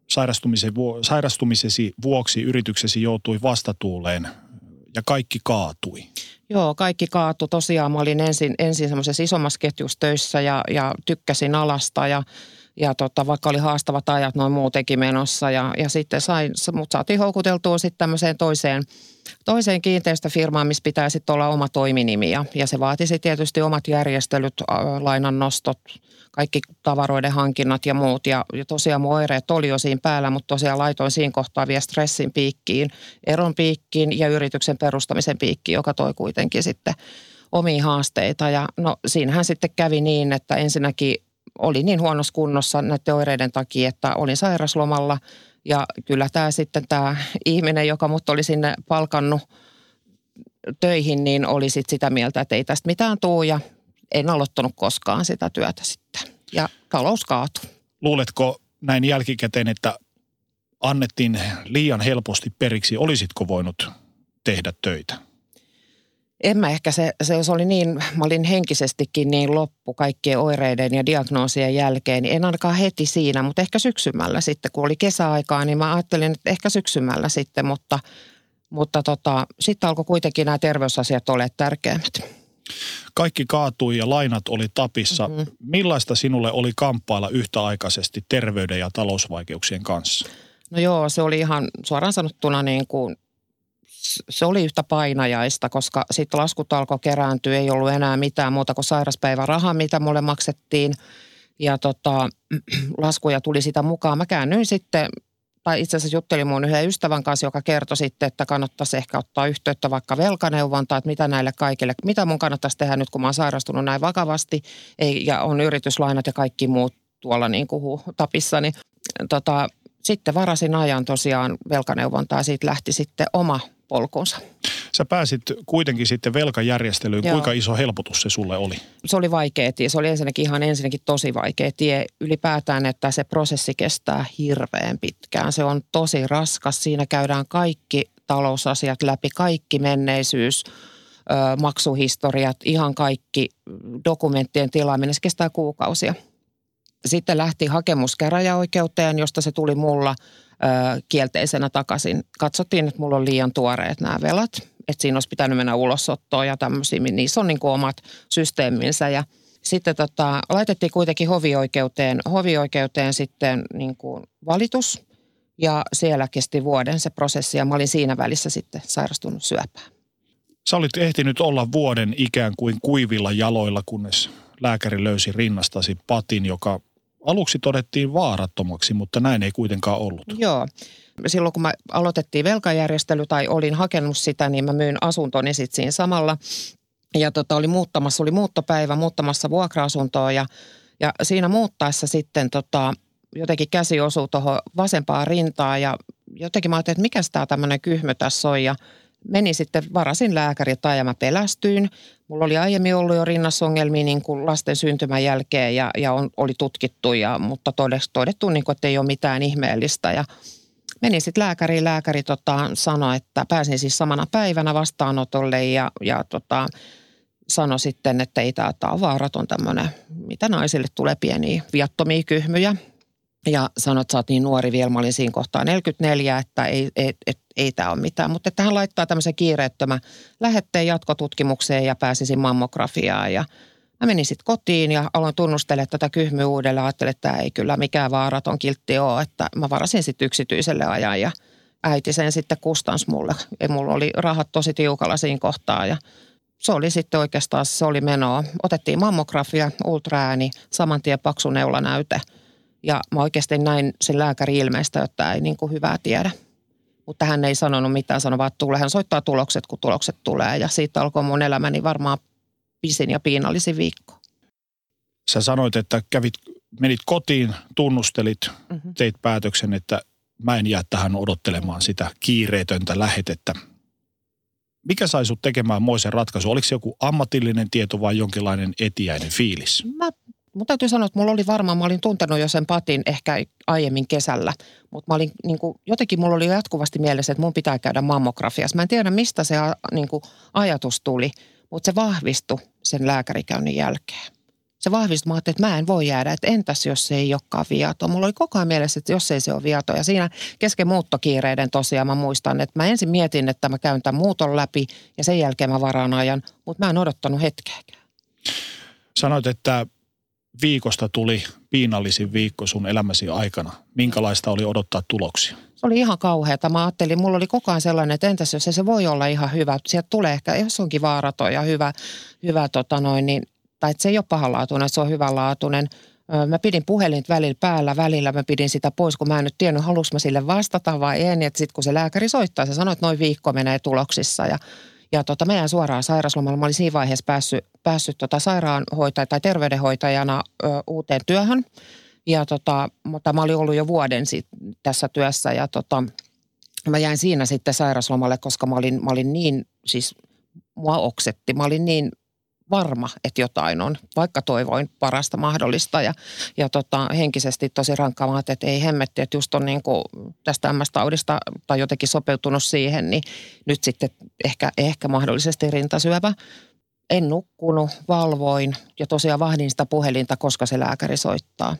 sairastumisesi vuoksi yrityksesi joutui vastatuuleen ja kaikki kaatui. Joo, kaikki kaatui. Tosiaan mä olin ensin, ensin semmoisessa isommassa ketjussa töissä ja, ja tykkäsin alasta ja, ja tota, vaikka oli haastavat ajat noin muutenkin menossa ja, ja sitten sain, mut saatiin houkuteltua sitten tämmöiseen toiseen, toiseen kiinteistöfirmaan, missä pitää sitten olla oma toiminimi ja, ja se vaatisi tietysti omat järjestelyt, lainan nostot, kaikki tavaroiden hankinnat ja muut. Ja, ja tosiaan mun oireet oli jo siinä päällä, mutta tosiaan laitoin siinä kohtaa vielä stressin piikkiin, eron piikkiin ja yrityksen perustamisen piikkiin, joka toi kuitenkin sitten omia haasteita. Ja no siinähän sitten kävi niin, että ensinnäkin oli niin huonossa kunnossa näiden oireiden takia, että olin sairaslomalla. Ja kyllä tämä sitten tämä ihminen, joka mut oli sinne palkannut töihin, niin oli sitten sitä mieltä, että ei tästä mitään tuu ja en aloittanut koskaan sitä työtä sitten. Ja talous kaatui. Luuletko näin jälkikäteen, että annettiin liian helposti periksi? Olisitko voinut tehdä töitä? En mä ehkä, se, se oli niin, mä olin henkisestikin niin loppu kaikkien oireiden ja diagnoosien jälkeen, niin en ainakaan heti siinä, mutta ehkä syksymällä sitten, kun oli kesäaikaa, niin mä ajattelin, että ehkä syksymällä sitten, mutta, mutta tota, sitten alkoi kuitenkin nämä terveysasiat olla tärkeimmät. Kaikki kaatui ja lainat oli tapissa. Mm-hmm. Millaista sinulle oli kamppailla yhtäaikaisesti terveyden ja talousvaikeuksien kanssa? No joo, se oli ihan suoraan sanottuna niin kuin, se oli yhtä painajaista, koska sitten laskut alkoi kerääntyä, ei ollut enää mitään muuta kuin sairaspäiväraha, mitä mulle maksettiin. Ja tota, laskuja tuli sitä mukaan. Mä käännyin sitten, tai itse asiassa juttelin mun yhden ystävän kanssa, joka kertoi sitten, että kannattaisi ehkä ottaa yhteyttä vaikka velkaneuvontaan, että mitä näille kaikille, mitä mun kannattaisi tehdä nyt, kun mä oon sairastunut näin vakavasti ei, ja on yrityslainat ja kaikki muut tuolla niin kuin tapissa, niin tota, sitten varasin ajan tosiaan velkaneuvontaa ja siitä lähti sitten oma polkunsa. Sä pääsit kuitenkin sitten velkajärjestelyyn. Joo. Kuinka iso helpotus se sulle oli? Se oli vaikea tie. Se oli ensinnäkin ihan ensinnäkin tosi vaikea tie. Ylipäätään, että se prosessi kestää hirveän pitkään. Se on tosi raskas. Siinä käydään kaikki talousasiat läpi, kaikki menneisyys, maksuhistoriat, ihan kaikki dokumenttien tilaaminen. Se kestää kuukausia. Sitten lähti hakemus käräjäoikeuteen, josta se tuli mulla kielteisenä takaisin. Katsottiin, että mulla on liian tuoreet nämä velat, että siinä olisi pitänyt mennä ulosottoon ja tämmöisiä. Niissä on niin kuin omat systeeminsä ja sitten tota, laitettiin kuitenkin hovioikeuteen, hovioikeuteen sitten niin kuin valitus ja siellä kesti vuoden se prosessi ja mä olin siinä välissä sitten sairastunut syöpään. Sä olit ehtinyt olla vuoden ikään kuin kuivilla jaloilla, kunnes lääkäri löysi rinnastasi patin, joka aluksi todettiin vaarattomaksi, mutta näin ei kuitenkaan ollut. Joo. Silloin kun mä aloitettiin velkajärjestely tai olin hakenut sitä, niin mä myin asuntoni sitten siinä samalla. Ja tota, oli muuttamassa, oli muuttopäivä muuttamassa vuokra-asuntoa ja, ja siinä muuttaessa sitten tota, jotenkin käsi osui tuohon vasempaan rintaan ja jotenkin mä ajattelin, että mikä tämä tämmöinen kyhmö tässä on ja menin sitten, varasin lääkäriltä ja mä pelästyin. Mulla oli aiemmin ollut jo rinnasongelmia niin kuin lasten syntymän jälkeen ja, ja on, oli tutkittu, ja, mutta todettu, niin kuin, että ei ole mitään ihmeellistä. Ja menin sitten lääkäriin. Lääkäri tota, sanoi, että pääsin siis samana päivänä vastaanotolle ja, ja tota, sanoi sitten, että ei tämä ole vaaraton tämmöinen, mitä naisille tulee pieniä viattomia kyhmyjä. Ja sanoi, että sä oot niin nuori vielä, mä olin siinä kohtaa neljäkymmentäneljä, että ei, ei, ei, ei tämä ole mitään. Mutta että hän laittaa tämmöisen kiireettömän lähetteen jatkotutkimukseen ja pääsisin mammografiaan. Ja mä menin sitten kotiin ja aloin tunnustella tätä kyhmyä uudelleen. Ajattelin, että tämä ei kyllä mikään vaaraton kiltti ole, että mä varasin sitten yksityiselle ajan ja äiti sen sitten kustans mulle. Ja mulla oli rahat tosi tiukalla siinä kohtaa ja se oli sitten oikeastaan, se oli menoa. Otettiin mammografia, ultraääni, saman tien paksu neulanäyte. Ja mä oikeasti näin sen lääkäri ilmeistä, että ei niin kuin hyvää tiedä. Mutta hän ei sanonut mitään, sanoi vaan, että tulee. Hän soittaa tulokset, kun tulokset tulee. Ja siitä alkoi mun elämäni varmaan pisin ja piinallisin viikko. Sä sanoit, että kävit, menit kotiin, tunnustelit, mm-hmm. teit päätöksen, että mä en jää tähän odottelemaan sitä kiireetöntä lähetettä. Mikä sai sut tekemään moisen ratkaisu? Oliko se joku ammatillinen tieto vai jonkinlainen etiäinen fiilis? Mä Mun täytyy sanoa, että mulla oli varmaan, mä olin tuntenut jo sen patin ehkä aiemmin kesällä, mutta mä olin niin kuin, jotenkin mulla oli jatkuvasti mielessä, että mun pitää käydä mammografiassa. Mä en tiedä, mistä se niin kuin, ajatus tuli, mutta se vahvistui sen lääkärikäynnin jälkeen. Se vahvistui, mä ajattelin, että mä en voi jäädä, että entäs jos se ei olekaan viato. Mulla oli koko ajan mielessä, että jos ei se ole viato. Ja siinä kesken muuttokiireiden tosiaan mä muistan, että mä ensin mietin, että mä käyn tämän muuton läpi ja sen jälkeen mä varaan ajan, mutta mä en odottanut hetkeäkään. Sanoit, että viikosta tuli piinallisin viikko sun elämäsi aikana. Minkälaista oli odottaa tuloksia? Se oli ihan kauheata. Mä ajattelin, mulla oli koko ajan sellainen, että entäs jos se voi olla ihan hyvä. Sieltä tulee ehkä, jos onkin vaaraton ja hyvä, hyvä tota noin, niin, tai että se ei ole pahanlaatuinen, että se on hyvänlaatuinen. Mä pidin puhelinta välillä päällä, välillä mä pidin sitä pois, kun mä en nyt tiennyt, haluanko mä sille vastata vai en. Että sitten kun se lääkäri soittaa, se sanoi, että noin viikko menee tuloksissa ja Ja tota, mä jäin suoraan sairauslomalla. Mä olin siinä vaiheessa päässyt, päässyt tota sairaanhoitaja tai terveydenhoitajana ö, uuteen työhön. Ja tota, mutta mä olin ollut jo vuoden sit, tässä työssä ja tota, mä jäin siinä sitten sairauslomalle, koska mä olin, mä olin niin, siis mua oksetti. Mä olin niin varma, että jotain on, vaikka toivoin parasta mahdollista ja, ja tota, henkisesti tosi rankkaa. Mä ajattelin, että ei hemmetti, että just on niin kuin tästä M S-taudista tai jotenkin sopeutunut siihen, niin nyt sitten ehkä, ehkä mahdollisesti rintasyövä. En nukkunut, valvoin ja tosiaan vahdin sitä puhelinta, koska se lääkäri soittaa.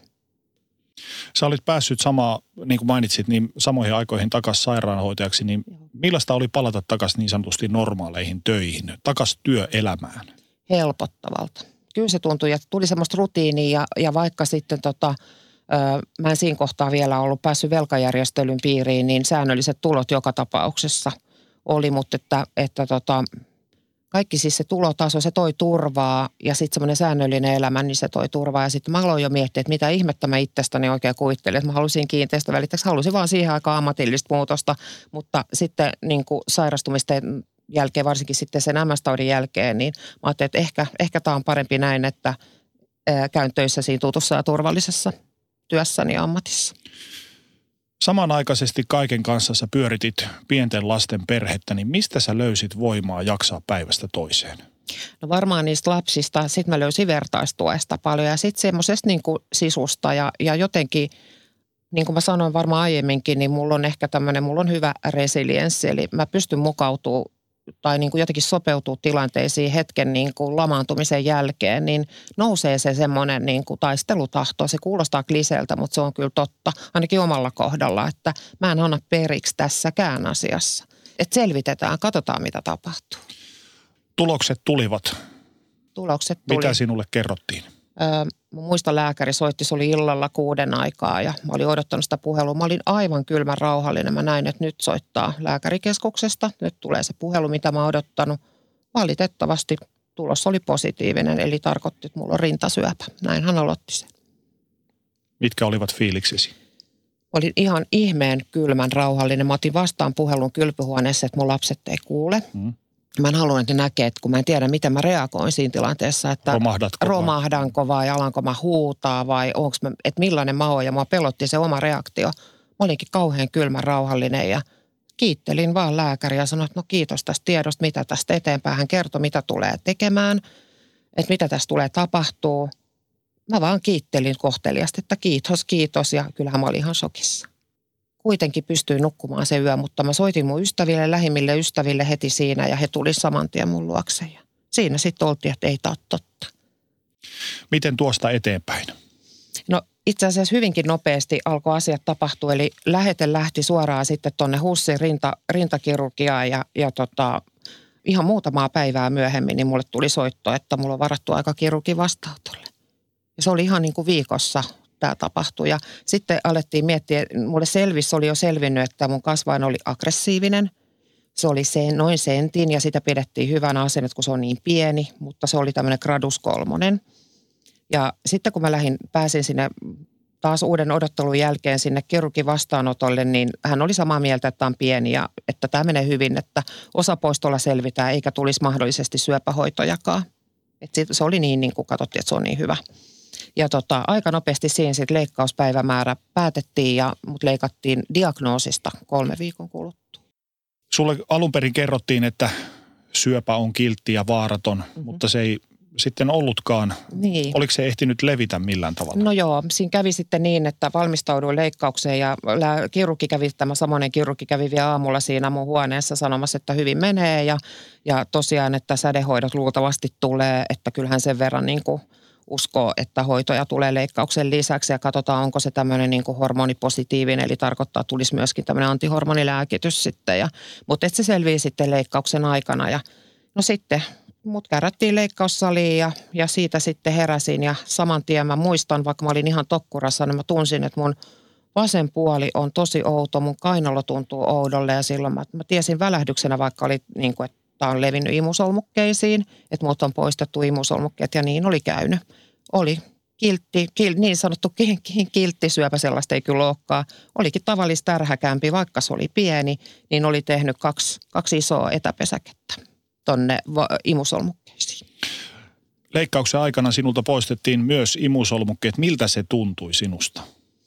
Sä olit päässyt samaa, niin kuin mainitsit, niin samoihin aikoihin takaisin sairaanhoitajaksi, niin millaista oli palata takaisin niin sanotusti normaaleihin töihin, takaisin työelämään? Helpottavalta. Kyllä se tuntui, että tuli semmoista rutiinia ja, ja vaikka sitten tota, ö, mä en siinä kohtaa vielä ollut päässyt velkajärjestelyn piiriin, niin säännölliset tulot joka tapauksessa oli, mutta että, että tota, kaikki siis se tulotaso, se toi turvaa ja sitten semmoinen säännöllinen elämä, niin se toi turvaa. Ja sitten mä aloin jo miettiä, että mitä ihmettä mä itsestäni oikein kuvittelin, että mä halusin kiinteistövälittäjäksi, halusin vaan siihen aikaan ammatillista muutosta, mutta sitten niin kuin sairastumisten jälkeen, varsinkin sitten sen M S-taudin jälkeen, niin mä ajattelin, että ehkä, ehkä tämä on parempi näin, että ää, käyn töissä siinä tutussa ja turvallisessa työssäni ja ammatissa. Samanaikaisesti kaiken kanssa sä pyöritit pienten lasten perhettä, niin mistä sä löysit voimaa jaksaa päivästä toiseen? No varmaan niistä lapsista. Sitten mä löysin vertaistuesta paljon ja sitten semmoisesta niin kuin sisusta ja, ja jotenkin, niin kuin mä sanoin varmaan aiemminkin, niin mulla on ehkä tämmöinen, mulla on hyvä resilienssi, eli mä pystyn mukautumaan tai niin kuin jotenkin sopeutuu tilanteisiin hetken niin kuin lamaantumisen jälkeen, niin nousee se semmoinen niin kuin taistelutahto. Se kuulostaa kliseeltä, mutta se on kyllä totta, ainakin omalla kohdalla, että mä en anna periksi tässäkään asiassa. Että selvitetään, katsotaan mitä tapahtuu. Tulokset tulivat. Tulokset tuli. Mitä sinulle kerrottiin? Öö, mä muistan lääkäri soitti, se oli illalla kuuden aikaa ja mä olin odottanut sitä puhelua. Mä olin aivan kylmän rauhallinen. Mä näin, että nyt soittaa lääkärikeskuksesta. Nyt tulee se puhelu, mitä mä oon odottanut. Valitettavasti tulos oli positiivinen, eli tarkoitti, että mulla on rintasyöpä. Näin hän aloitti sen. Mitkä olivat fiiliksesi? olin ihan ihmeen kylmän rauhallinen. Mä otin vastaan puhelun kylpyhuoneessa, että mun lapset ei kuule. Mm. Mä en halunnut, että ne näkee, että kun mä en tiedä, miten mä reagoin siinä tilanteessa, että Romahdatko romahdanko vai alanko mä huutaa vai onko mä, että millainen mä oon, ja mua pelotti se oma reaktio. Mä olinkin kauhean kylmän rauhallinen ja kiittelin vaan lääkäriä ja sanoin, että no kiitos tästä tiedosta, mitä tästä eteenpäin. Hän kertoi, mitä tulee tekemään, että mitä tästä tulee tapahtuu. Mä vaan kiittelin kohteliasti, että kiitos, kiitos, ja kyllähän mä olin ihan shokissa. Kuitenkin pystyin nukkumaan se yö, mutta mä soitin mun ystäville, lähimmille ystäville heti siinä, ja he tuli saman tien mun luokse. Ja siinä sitten oltiin, että ei tää ole totta. Miten tuosta eteenpäin? No itse asiassa hyvinkin nopeasti alkoi asiat tapahtua, eli lähete lähti suoraan sitten tuonne HUSin rinta, rintakirurgiaan, ja, ja tota, ihan muutamaa päivää myöhemmin niin mulle tuli soitto, että mulla on varattu aika kirurgin vastaanotolle. Ja se oli ihan niin kuin viikossa tämä tapahtui. Ja sitten alettiin miettiä, mulle selvisi, oli jo selvinnyt, että mun kasvain oli aggressiivinen. Se oli sen, noin sentin ja sitä pidettiin hyvänä asennet, kun se on niin pieni, mutta se oli tämmöinen gradus kolmonen. Ja sitten kun mä lähdin, pääsin sinne taas uuden odottelun jälkeen sinne kirurgin vastaanotolle, niin hän oli samaa mieltä, että tämä on pieni ja että tämä menee hyvin, että osapoistolla selvitään eikä tulisi mahdollisesti syöpähoitojakaan. Että se oli niin, niin kuin katsottiin, että se on niin hyvä. Ja tota, aika nopeasti siinä sitten leikkauspäivämäärä päätettiin ja mut leikattiin diagnoosista kolme viikon kuluttua. Sulle alun perin kerrottiin, että syöpä on kiltti ja vaaraton, mm-hmm. mutta se ei sitten ollutkaan. Niin. Oliko se ehtinyt levitä millään tavalla? No joo, siinä kävi sitten niin, että valmistauduin leikkaukseen ja kirurgi kävi, tämä samoinen kirurgi kävi vielä aamulla siinä mun huoneessa sanomassa, että hyvin menee ja, ja tosiaan, että sädehoidot luultavasti tulee, että kyllähän sen verran niin kuin uskoo, että hoitoja tulee leikkauksen lisäksi ja katsotaan, onko se tämmöinen niin kuin hormonipositiivinen, eli tarkoittaa, että tulisi myöskin tämmöinen antihormonilääkitys sitten. Ja, mutta että se selvii sitten leikkauksen aikana ja no sitten mut kärättiin leikkaussaliin ja, ja siitä sitten heräsin ja saman tien mä muistan, vaikka mä olin ihan tokkurassa, niin mä tunsin, että mun vasen puoli on tosi outo, mun kainalo tuntuu oudolle ja silloin mä, mä tiesin välähdyksenä, vaikka oli niin kuin, että tämä on levinnyt imusolmukkeisiin, että mut on poistettu imusolmukkeet ja niin oli käynyt. Oli kiltti, kil, niin sanottu kilttisyöpä, sellaista ei kyllä olekaan. Olikin tavallista tärhäkämpi, vaikka se oli pieni, niin oli tehnyt kaksi, kaksi isoa etäpesäkettä tonne imusolmukkeisiin. Leikkauksen aikana sinulta poistettiin myös imusolmukkeet. Miltä se tuntui sinusta?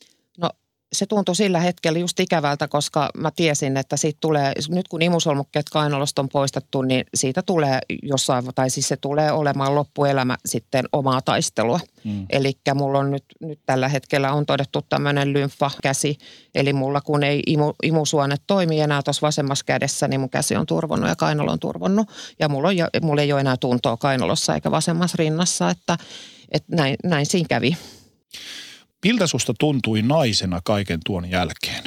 No se tuntui sillä hetkellä just ikävältä, koska mä tiesin, että siitä tulee, nyt kun imusolmukkeet kainalosta on poistettu, niin siitä tulee jossain, tai siis se tulee olemaan loppuelämä sitten omaa taistelua. Mm. Eli mulla on nyt, nyt tällä hetkellä on todettu tämmöinen lymfakäsi, eli mulla kun ei imu, imusuone toimi enää tuossa vasemmassa kädessä, niin mun käsi on turvonnut ja kainalo on turvonnut. Ja mulla, on, mulla ei ole enää tuntoa kainalossa eikä vasemmassa rinnassa, että, että näin, näin siinä kävi. Miltä susta tuntui naisena kaiken tuon jälkeen?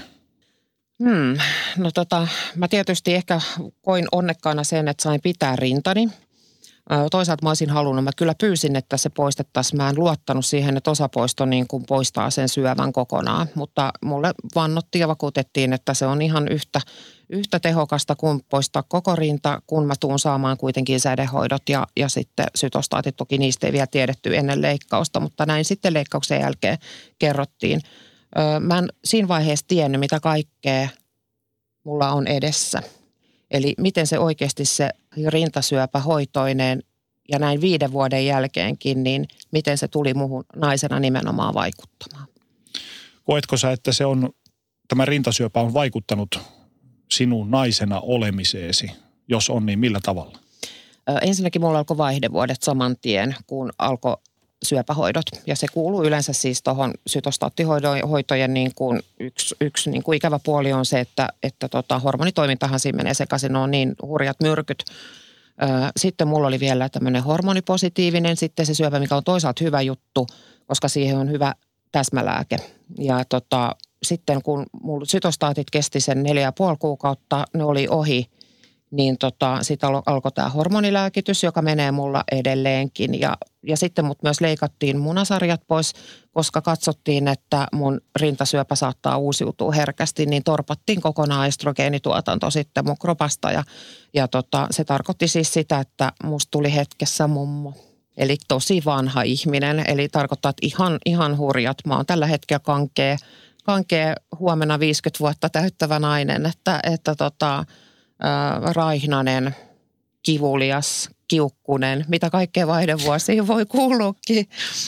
Hmm, no tota, mä tietysti ehkä koin onnekkaana sen, että sain pitää rintani. Toisaalta mä olisin halunnut, mä kyllä pyysin, että se poistettaisiin. Mä en luottanut siihen, että osapoisto niin kuin poistaa sen syövän kokonaan, mutta mulle vannottiin ja vakuutettiin, että se on ihan yhtä, yhtä tehokasta kuin poistaa koko rinta, kun mä tuun saamaan kuitenkin sädehoidot ja, ja sitten sytostaatit. Toki niistä ei vielä tiedetty ennen leikkausta, mutta näin sitten leikkauksen jälkeen kerrottiin. Mä en siinä vaiheessa tiennyt, mitä kaikkea mulla on edessä. Eli miten se oikeasti se rintasyöpä hoitoineen ja näin viiden vuoden jälkeenkin, niin miten se tuli muuhun naisena nimenomaan vaikuttamaan. Koetko sä, että se on, tämä rintasyöpä on vaikuttanut sinun naisena olemiseesi? Jos on, niin millä tavalla? Ö, ensinnäkin mulla alkoi vaihdevuodet saman tien, kun alkoi syöpähoidot. Ja se kuuluu yleensä siis tuohon sytostaattihoitojen niin kuin yksi, yksi niin kuin ikävä puoli on se, että, että tota, hormonitoimintahan siinä menee sekaisin, on niin hurjat myrkyt. Sitten mulla oli vielä tämmöinen hormonipositiivinen, sitten se syöpä, mikä on toisaalta hyvä juttu, koska siihen on hyvä täsmälääke. Ja tota, sitten kun mulla sytostaatit kesti sen neljä ja puoli kuukautta, ne oli ohi, niin tota, sitten alkoi tämä hormonilääkitys, joka menee mulla edelleenkin. Ja, ja sitten mut myös leikattiin munasarjat pois, koska katsottiin, että mun rintasyöpä saattaa uusiutua herkästi, niin torpattiin kokonaan estrogeenituotanto sitten mun kropasta. Ja, ja tota, se tarkoitti siis sitä, että musta tuli hetkessä mummo. Eli tosi vanha ihminen, eli tarkoittaa, että ihan, ihan hurjat. Mä oon tällä hetkellä kankea kankea huomenna viisikymmentä vuotta täyttävä nainen, että, että tota, ää, raihnanen, kivulias, kiukkunen, mitä kaikkea vaihdevuosiin voi kuuluukin.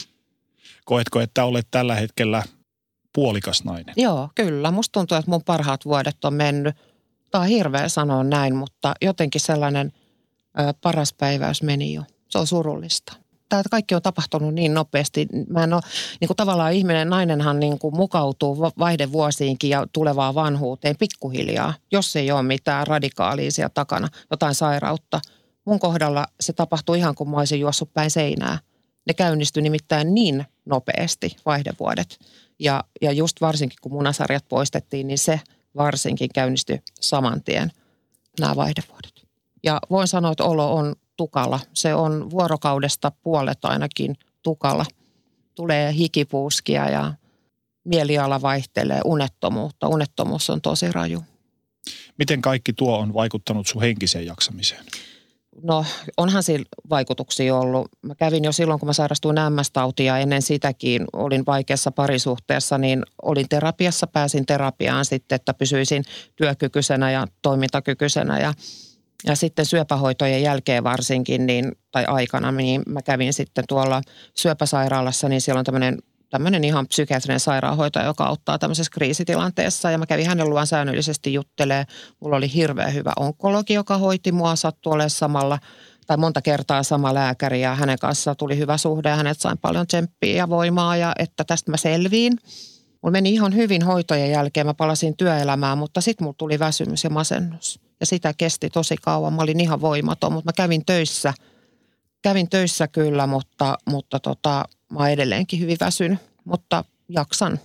Koetko, että olet tällä hetkellä puolikas nainen? Joo, kyllä. Musta tuntuu, että mun parhaat vuodet on mennyt. Tämä on hirveä sanoa näin, mutta jotenkin sellainen ää, paras päiväys meni jo. Se on surullista. Tämä kaikki on tapahtunut niin nopeasti. Mä en ole, niin kuin tavallaan ihminen, nainenhan niin kuin mukautuu vaihdevuosiinkin ja tulevaan vanhuuteen pikkuhiljaa, jos ei ole mitään radikaalia siellä takana, jotain sairautta. Mun kohdalla se tapahtui ihan kuin mä olisin juossut päin seinää. Ne käynnistyi nimittäin niin nopeasti vaihdevuodet. Ja, ja just varsinkin kun munasarjat poistettiin, niin se varsinkin käynnistyi saman tien nämä vaihdevuodet. Ja voin sanoa, että olo on tukala. Se on vuorokaudesta puolet ainakin tukala. Tulee hikipuuskia ja mieliala vaihtelee, unettomuutta. Unettomuus on tosi raju. Miten kaikki tuo on vaikuttanut sun henkiseen jaksamiseen? No onhan sillä vaikutuksia ollut. Mä kävin jo silloin, kun mä sairastuin M S-tautiin ja ennen sitäkin olin vaikeassa parisuhteessa, niin olin terapiassa, pääsin terapiaan sitten, että pysyisin työkykyisenä ja toimintakykyisenä ja Ja sitten syöpähoitojen jälkeen varsinkin, niin, tai aikana, niin mä kävin sitten tuolla syöpäsairaalassa, niin siellä on tämmöinen, tämmöinen ihan psykiatrinen sairaanhoitaja, joka auttaa tämmöisessä kriisitilanteessa. Ja mä kävin hänen luon säännöllisesti juttelee. Mulla oli hirveän hyvä onkologi, joka hoiti mua, sattui olemaan samalla, tai monta kertaa sama lääkäri, ja hänen kanssaan tuli hyvä suhde, ja hänet sain paljon tsemppiä ja voimaa, ja että tästä mä selviin. Mulla meni ihan hyvin hoitojen jälkeen, mä palasin työelämään, mutta sitten mulla tuli väsymys ja masennus. Ja sitä kesti tosi kauan. Mä olin ihan voimaton, mutta mä kävin töissä. Kävin töissä kyllä, mutta, mutta tota, mä oon edelleenkin hyvin väsynyt, mutta jaksan.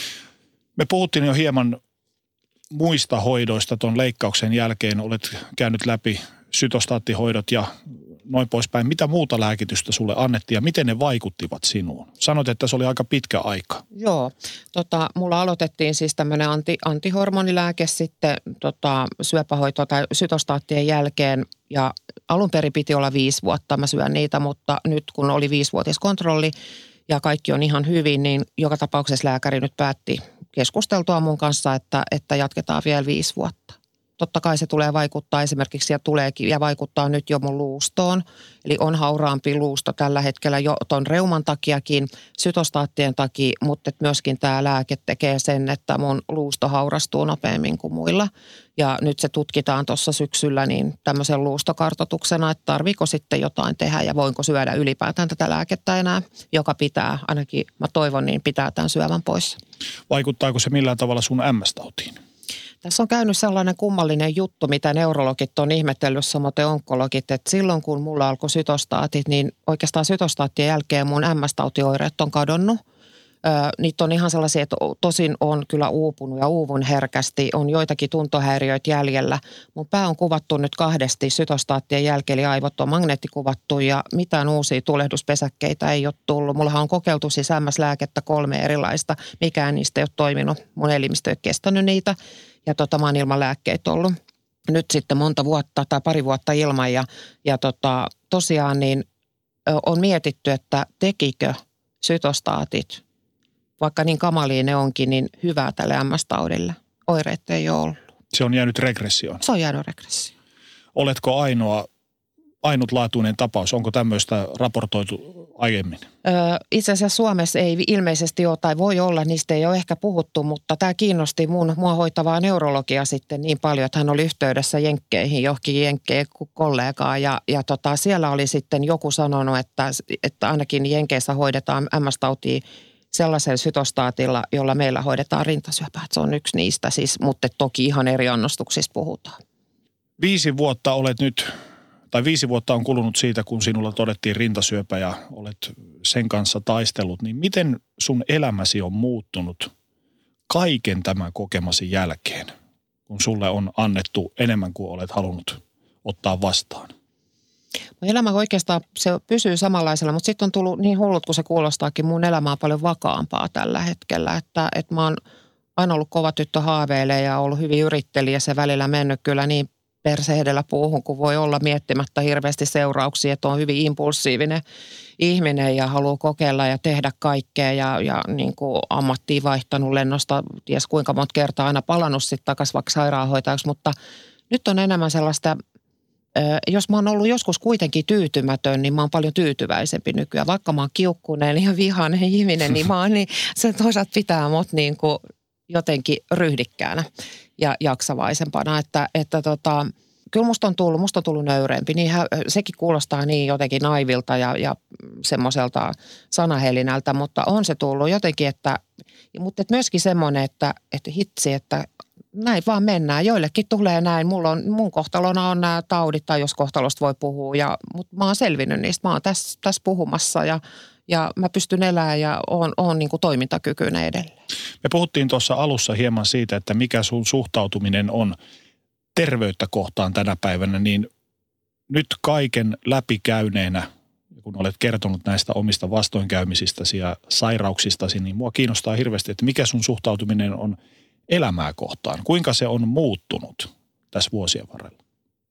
Me puhuttiin jo hieman muista hoidoista tuon leikkauksen jälkeen. Olet käynyt läpi sytostaattihoidot ja noin poispäin. Mitä muuta lääkitystä sulle annettiin ja miten ne vaikuttivat sinuun? Sanoit, että se oli aika pitkä aika. Joo. Tota, mulla aloitettiin siis tämmöinen anti, antihormonilääke sitten tota, syöpähoito tai sytostaattien jälkeen. Ja alun perin piti olla viisi vuotta, mä syön niitä, mutta nyt kun oli viisivuotiskontrolli ja kaikki on ihan hyvin, niin joka tapauksessa lääkäri nyt päätti keskusteltua mun kanssa, että, että jatketaan vielä viisi vuotta. Totta kai se tulee vaikuttaa esimerkiksi ja tuleekin ja vaikuttaa nyt jo mun luustoon. Eli on hauraampi luusto tällä hetkellä jo ton reuman takiakin, sytostaattien takia, mutta myöskin tämä lääke tekee sen, että mun luusto haurastuu nopeammin kuin muilla. Ja nyt se tutkitaan tuossa syksyllä niin tämmöisen luustokartoituksena, että tarviiko sitten jotain tehdä ja voinko syödä ylipäätään tätä lääkettä enää, joka pitää, ainakin mä toivon, niin pitää tämän syövän pois. Vaikuttaako se millään tavalla sun M S-tautiin? Tässä on käynyt sellainen kummallinen juttu, mitä neurologit on ihmetellyt, samoin onkologit, että silloin kun mulla alkoi sytostaatit, niin oikeastaan sytostaattien jälkeen mun M S-tautioireet on kadonnut. Öö, niitä on ihan sellaisia, että tosin on kyllä uupunut ja uuvun herkästi, on joitakin tuntohäiriöitä jäljellä. Mun pää on kuvattu nyt kahdesti sytostaattien jälkeen, eli aivot on magneettikuvattu ja mitään uusia tulehduspesäkkeitä ei ole tullut. Mullahan on kokeiltu siis M S-lääkettä kolme erilaista, mikään niistä ei ole toiminut, mun elimistö ei ole kestänyt niitä. Ja tota, mä oon ilman lääkkeitä ollut nyt sitten monta vuotta tai pari vuotta ilman. Ja, ja tota, tosiaan niin on mietitty, että tekikö sytostaatit, vaikka niin kamalia ne onkin, niin hyvää tälle M S-taudille. Oireet ei ole ollut. Se on jäänyt regressioon. Se on jäänyt regressioon. Oletko ainoa, ainutlaatuinen tapaus? Onko tämmöistä raportoitu aiemmin? Öö, itse asiassa Suomessa ei ilmeisesti ole tai voi olla, niistä ei ole ehkä puhuttu, mutta tämä kiinnosti mun, mua hoitavaa neurologia sitten niin paljon, että hän oli yhteydessä jenkkeihin, johonkin jenkkeen kollegaan ja, ja tota, siellä oli sitten joku sanonut, että, että ainakin jenkeissä hoidetaan M S-tautia sellaisella sytostaatilla, jolla meillä hoidetaan rintasyöpää. Se on yksi niistä siis, mutta toki ihan eri annostuksista puhutaan. Viisi vuotta olet nyt, tai viisi vuotta on kulunut siitä, kun sinulla todettiin rintasyöpä ja olet sen kanssa taistellut, niin miten sun elämäsi on muuttunut kaiken tämän kokemasi jälkeen, kun sulle on annettu enemmän kuin olet halunnut ottaa vastaan? Elämä oikeastaan se pysyy samanlaisella, mutta sitten on tullut niin hullut, kun se kuulostaakin, mun elämä on paljon vakaampaa tällä hetkellä, että, että mä oon aina ollut kova tyttö haaveilee ja ollut hyvin yrittelijä se välillä mennyt kyllä niin perse edellä puuhun, kun voi olla miettimättä hirveästi seurauksia, että on hyvin impulsiivinen ihminen ja haluaa kokeilla ja tehdä kaikkea ja, ja niin kuin ammattiin vaihtanut lennosta, ties kuinka monta kertaa aina palannut sitten takaisin vaikka sairaanhoitajaksi, mutta nyt on enemmän sellaista, jos mä oon ollut joskus kuitenkin tyytymätön, niin mä oon paljon tyytyväisempi nykyään. Vaikka mä oon kiukkunen ja vihainen ihminen, niin mä oon, niin se toisaalta pitää mut niin kuin jotenkin ryhdikkäänä ja jaksavaisempana, että, että tota, kyllä musta on tullut, musta on tullut nöyrempi. Niin sekin kuulostaa niin jotenkin naivilta ja, ja semmoiselta sanahelinältä, mutta on se tullut jotenkin, että, mutta että myöskin semmoinen, että, että hitsi, että näin vaan mennään. Joillekin tulee näin. Mulla on, mun kohtalona on nämä taudit, tai jos kohtalosta voi puhua, ja, mutta mä oon selvinnyt niistä. Mä oon tässä, tässä puhumassa ja, ja mä pystyn elämään ja oon, oon niin kuin toimintakykyinen edelleen. Me puhuttiin tuossa alussa hieman siitä, että mikä sun suhtautuminen on terveyttä kohtaan tänä päivänä, niin nyt kaiken läpikäyneenä, kun olet kertonut näistä omista vastoinkäymisistasi ja sairauksistasi, niin mua kiinnostaa hirveästi, että mikä sun suhtautuminen on elämää kohtaan. Kuinka se on muuttunut tässä vuosien varrella?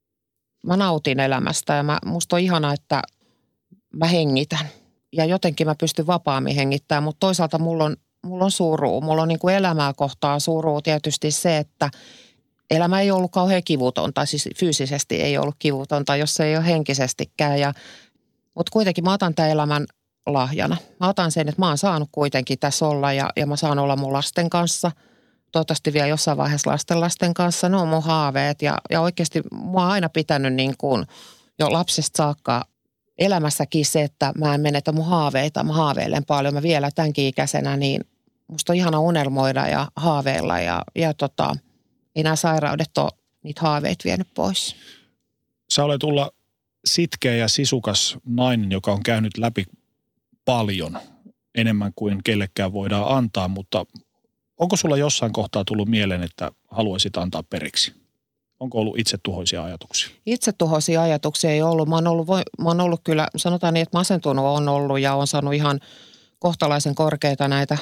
Mä nautin elämästä ja mä, musta on ihanaa, että mä hengitän. Ja jotenkin mä pystyn vapaammin hengittämään, mutta toisaalta mulla on, mulla on surua. Mulla on niin kuin elämää kohtaan surua tietysti se, että elämä ei ollut kauhean kivutonta, siis fyysisesti ei ollut kivutonta, jos se ei ole henkisestikään. Ja, mutta kuitenkin mä otan tämän elämän lahjana. Mä otan sen, että mä oon saanut kuitenkin tässä olla ja, ja mä saan olla mun lasten kanssa. Toivottavasti vielä jossain vaiheessa lasten lasten kanssa. Ne on mun haaveet ja, ja oikeasti mua on aina pitänyt niin kuin jo lapsesta saakka elämässäkin se, että mä en menetä mun haaveita. Mä haaveilen paljon. Mä vielä tämänkin ikäisenä, niin musta on ihana unelmoida ja haaveilla ja, ja tota, ei nämä sairaudet ole niitä haaveita vienyt pois. Sä olet tulla sitkeä ja sisukas nainen, joka on käynyt läpi paljon enemmän kuin kellekään voidaan antaa, mutta onko sulla jossain kohtaa tullut mieleen, että haluaisit antaa periksi? Onko ollut itsetuhoisia ajatuksia? Itsetuhoisia ajatuksia ei ollut. Mä oon ollut, mä oon ollut kyllä, sanotaan niin, että masentunut on ollut ja on saanut ihan kohtalaisen korkeita näitä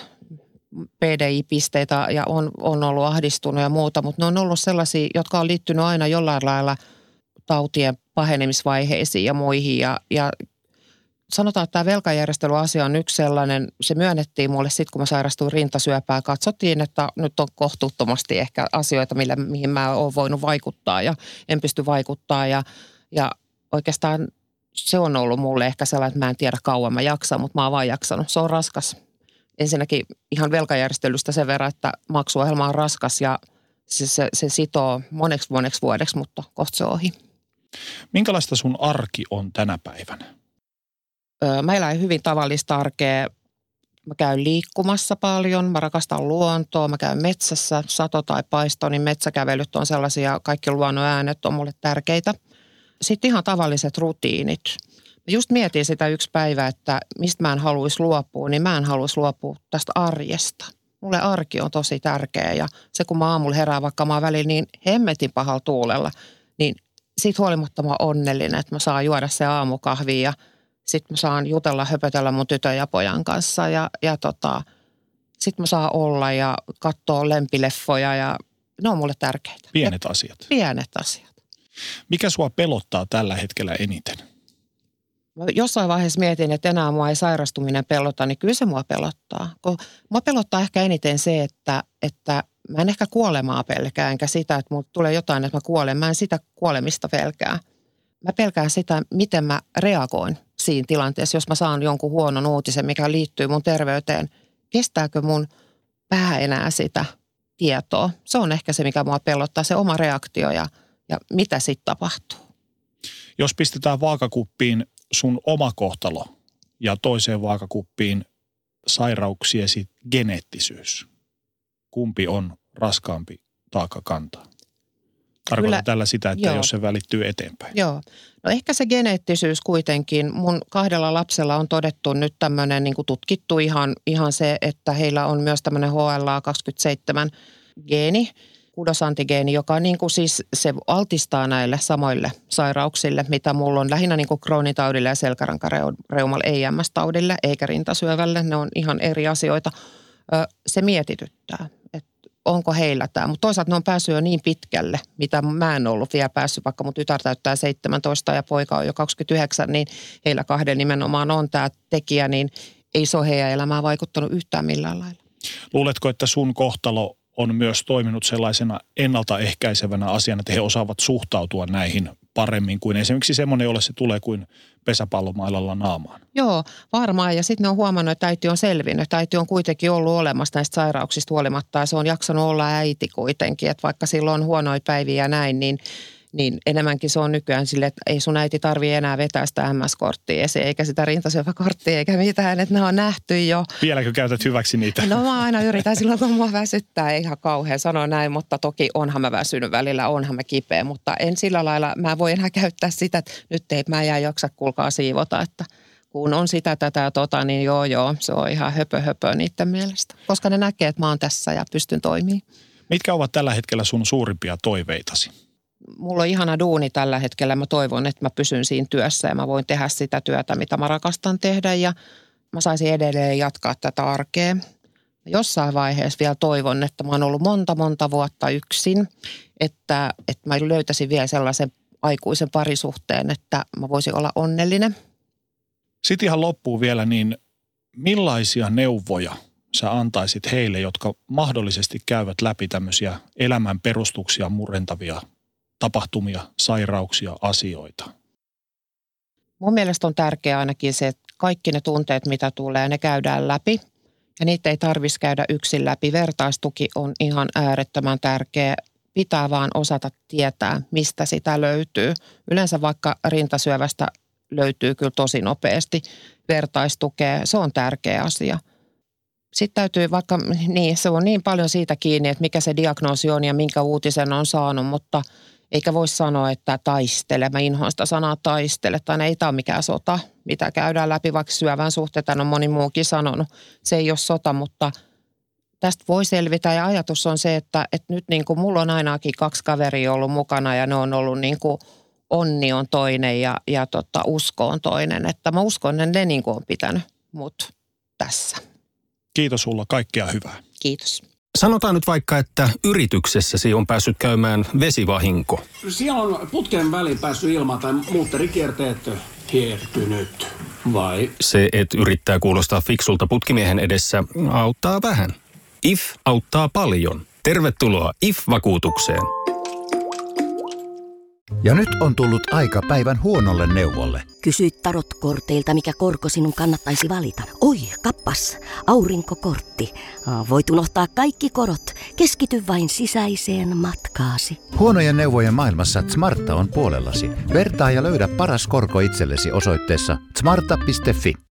P D I-pisteitä ja on, on ollut ahdistunut ja muuta, mutta ne on ollut sellaisia, jotka on liittynyt aina jollain lailla tautien pahenemisvaiheisiin ja muihin ja, ja sanotaan, että tämä velkajärjestelyasia on yksi sellainen, se myönnettiin mulle sitten, kun mä sairastuin rintasyöpään. Katsottiin, että nyt on kohtuuttomasti ehkä asioita, millä, mihin mä oon voinut vaikuttaa ja en pysty vaikuttaa. Ja, ja oikeastaan se on ollut mulle ehkä sellainen, että mä en tiedä kauan mä jaksan, mutta mä oon vaan jaksanut. Se on raskas. Ensinnäkin ihan velkajärjestelystä sen verran, että maksuohjelma on raskas ja se, se, se sitoo moneksi moneksi vuodeksi, mutta kohta se on ohi. Minkälaista sun arki on tänä päivänä? Mä elän hyvin tavallista arkea. Mä käyn liikkumassa paljon, mä rakastan luontoa, mä käyn metsässä, sato tai paisto, niin metsäkävelyt on sellaisia, kaikki luonnon äänet on mulle tärkeitä. Sitten ihan tavalliset rutiinit. Mä just mietin sitä yksi päivä, että mistä mä en haluaisi luopua, niin mä en haluaisi luopua tästä arjesta. Mulle arki on tosi tärkeä ja se kun mä aamulla herään, vaikka mä oon välillä niin hemmetin pahalla tuulella, niin siitä huolimatta mä oon onnellinen, että mä saan juoda se aamukahvia ja sitten mä saan jutella, höpötellä mun tytön ja pojan kanssa ja, ja tota, sitten mä saan olla ja katsoa lempileffoja ja ne on mulle tärkeitä. Pienet ja asiat. Pienet asiat. Mikä sua pelottaa tällä hetkellä eniten? Mä jossain vaiheessa mietin, että enää mua ei sairastuminen pelota, niin kyllä se mua pelottaa. Kun mua pelottaa ehkä eniten se, että, että mä en ehkä kuolemaa pelkää, enkä sitä, että mulle tulee jotain, että mä kuolen. Mä en sitä kuolemista pelkää. Mä pelkään sitä, miten mä reagoin siinä tilanteessa, jos mä saan jonkun huonon uutisen, mikä liittyy mun terveyteen. Kestääkö mun pää enää sitä tietoa? Se on ehkä se, mikä mua pelottaa, se oma reaktio ja, ja mitä sitten tapahtuu. Jos pistetään vaakakuppiin sun oma kohtalo ja toiseen vaakakuppiin sairauksiesi geneettisyys, kumpi on raskaampi taakka kantaa? Tarkoitan Kyllä, tällä sitä, että joo. jos se välittyy eteenpäin. Joo. No ehkä se geneettisyys kuitenkin. Mun kahdella lapsella on todettu nyt tämmöinen niin kuin tutkittu ihan, ihan se, että heillä on myös tämmöinen H L A kaksikymmentäseitsemän geeni, kudosantigeeni, joka niin kuin siis se altistaa näille samoille sairauksille, mitä mulla on lähinnä niin kuin kroonitaudille ja selkärankareumalle, ei M S-taudille eikä rintasyövälle. Ne on ihan eri asioita. Se mietityttää. onko heillä tämä. Mutta toisaalta ne on päässyt jo niin pitkälle, mitä mä en ollut vielä päässyt, vaikka mun tytär täyttää seitsemäntoista ja poika on jo kaksikymmentäyhdeksän, niin heillä kahden nimenomaan on tämä tekijä, niin ei se ole heidän elämään vaikuttanut yhtään millään lailla. Luuletko, että sun kohtalo on myös toiminut sellaisena ennaltaehkäisevänä asiana, että he osaavat suhtautua näihin paremmin kuin esimerkiksi semmoinen, jolle se tulee kuin pesäpallomailalla naamaan? Joo, varmaan. Ja sitten ne on huomannut, että äiti on selvinnyt. Että äiti on kuitenkin ollut olemassa näistä sairauksista huolimatta ja se on jaksanut olla äiti kuitenkin. Että vaikka silloin on huonoja päiviä ja näin, niin, niin enemmänkin se on nykyään sille, että ei sun äiti tarvitse enää vetää sitä M S-korttia eikä sitä rintasyöpäkorttia eikä mitään, että ne on nähty jo. Vieläkö käytät hyväksi niitä? No mä aina yritän silloin, kun mua väsyttää, ei ihan kauhean sanoa näin, mutta toki onhan mä väsynyt välillä, onhan mä kipeä, mutta en sillä lailla, mä voin enää käyttää sitä, että nyt ei mä jää jaksa kuulkaa siivota, että kun on sitä, tätä ja tota, niin joo joo, se on ihan höpö höpö niiden mielestä, koska ne näkee, että mä oon tässä ja pystyn toimimaan. Mitkä ovat tällä hetkellä sun suurimpia toiveitasi? Mulla on ihana duuni tällä hetkellä. Mä toivon, että mä pysyn siinä työssä ja mä voin tehdä sitä työtä, mitä mä rakastan tehdä ja mä saisin edelleen jatkaa tätä arkea. Jossain vaiheessa vielä toivon, että mä oon ollut monta, monta vuotta yksin, että, että mä löytäisin vielä sellaisen aikuisen parisuhteen, että mä voisin olla onnellinen. Sitten ihan loppuun vielä, niin millaisia neuvoja sä antaisit heille, jotka mahdollisesti käyvät läpi tämmöisiä elämän perustuksia murentavia tapahtumia, sairauksia, asioita? Mun mielestä on tärkeää ainakin se, että kaikki ne tunteet, mitä tulee, ne käydään läpi. Ja niitä ei tarvitsisi käydä yksin läpi. Vertaistuki on ihan äärettömän tärkeä. Pitää vaan osata tietää, mistä sitä löytyy. Yleensä vaikka rintasyövästä löytyy kyllä tosi nopeasti vertaistukea. Se on tärkeä asia. Sitten täytyy vaikka, niin se on niin paljon siitä kiinni, että mikä se diagnoosi on ja minkä uutisen on saanut, mutta eikä voi sanoa, että taistele. Mä inhoan sitä sanaa taistele, tai ei tämä ole mikään sota, mitä käydään läpi, vaikka syövän suhteita on moni muukin sanonut. Se ei ole sota, mutta tästä voi selvitä ja ajatus on se, että, että nyt niin kuin mulla on ainakin kaksi kaveria ollut mukana ja ne on ollut niin kuin onni on toinen ja, ja tota, usko on toinen. Että mä uskon, että ne niin kuin on pitänyt mut tässä. Kiitos sulla, kaikkea hyvää. Kiitos. Sanotaan nyt vaikka, että yrityksessäsi on päässyt käymään vesivahinko. Siellä on putken väliin päässyt ilma tai muutterikierteet hiertynyt, vai? Se, että yrittää kuulostaa fiksulta putkimiehen edessä, auttaa vähän. I F auttaa paljon. Tervetuloa I F-vakuutukseen. Ja nyt on tullut aika päivän huonolle neuvolle. Kysy tarotkorteilta, mikä korko sinun kannattaisi valita. Oi, kappas, aurinkokortti. Voit unohtaa kaikki korot. Keskity vain sisäiseen matkaasi. Huonojen neuvojen maailmassa Smarta on puolellasi. Vertaa ja löydä paras korko itsellesi osoitteessa smarta piste fi.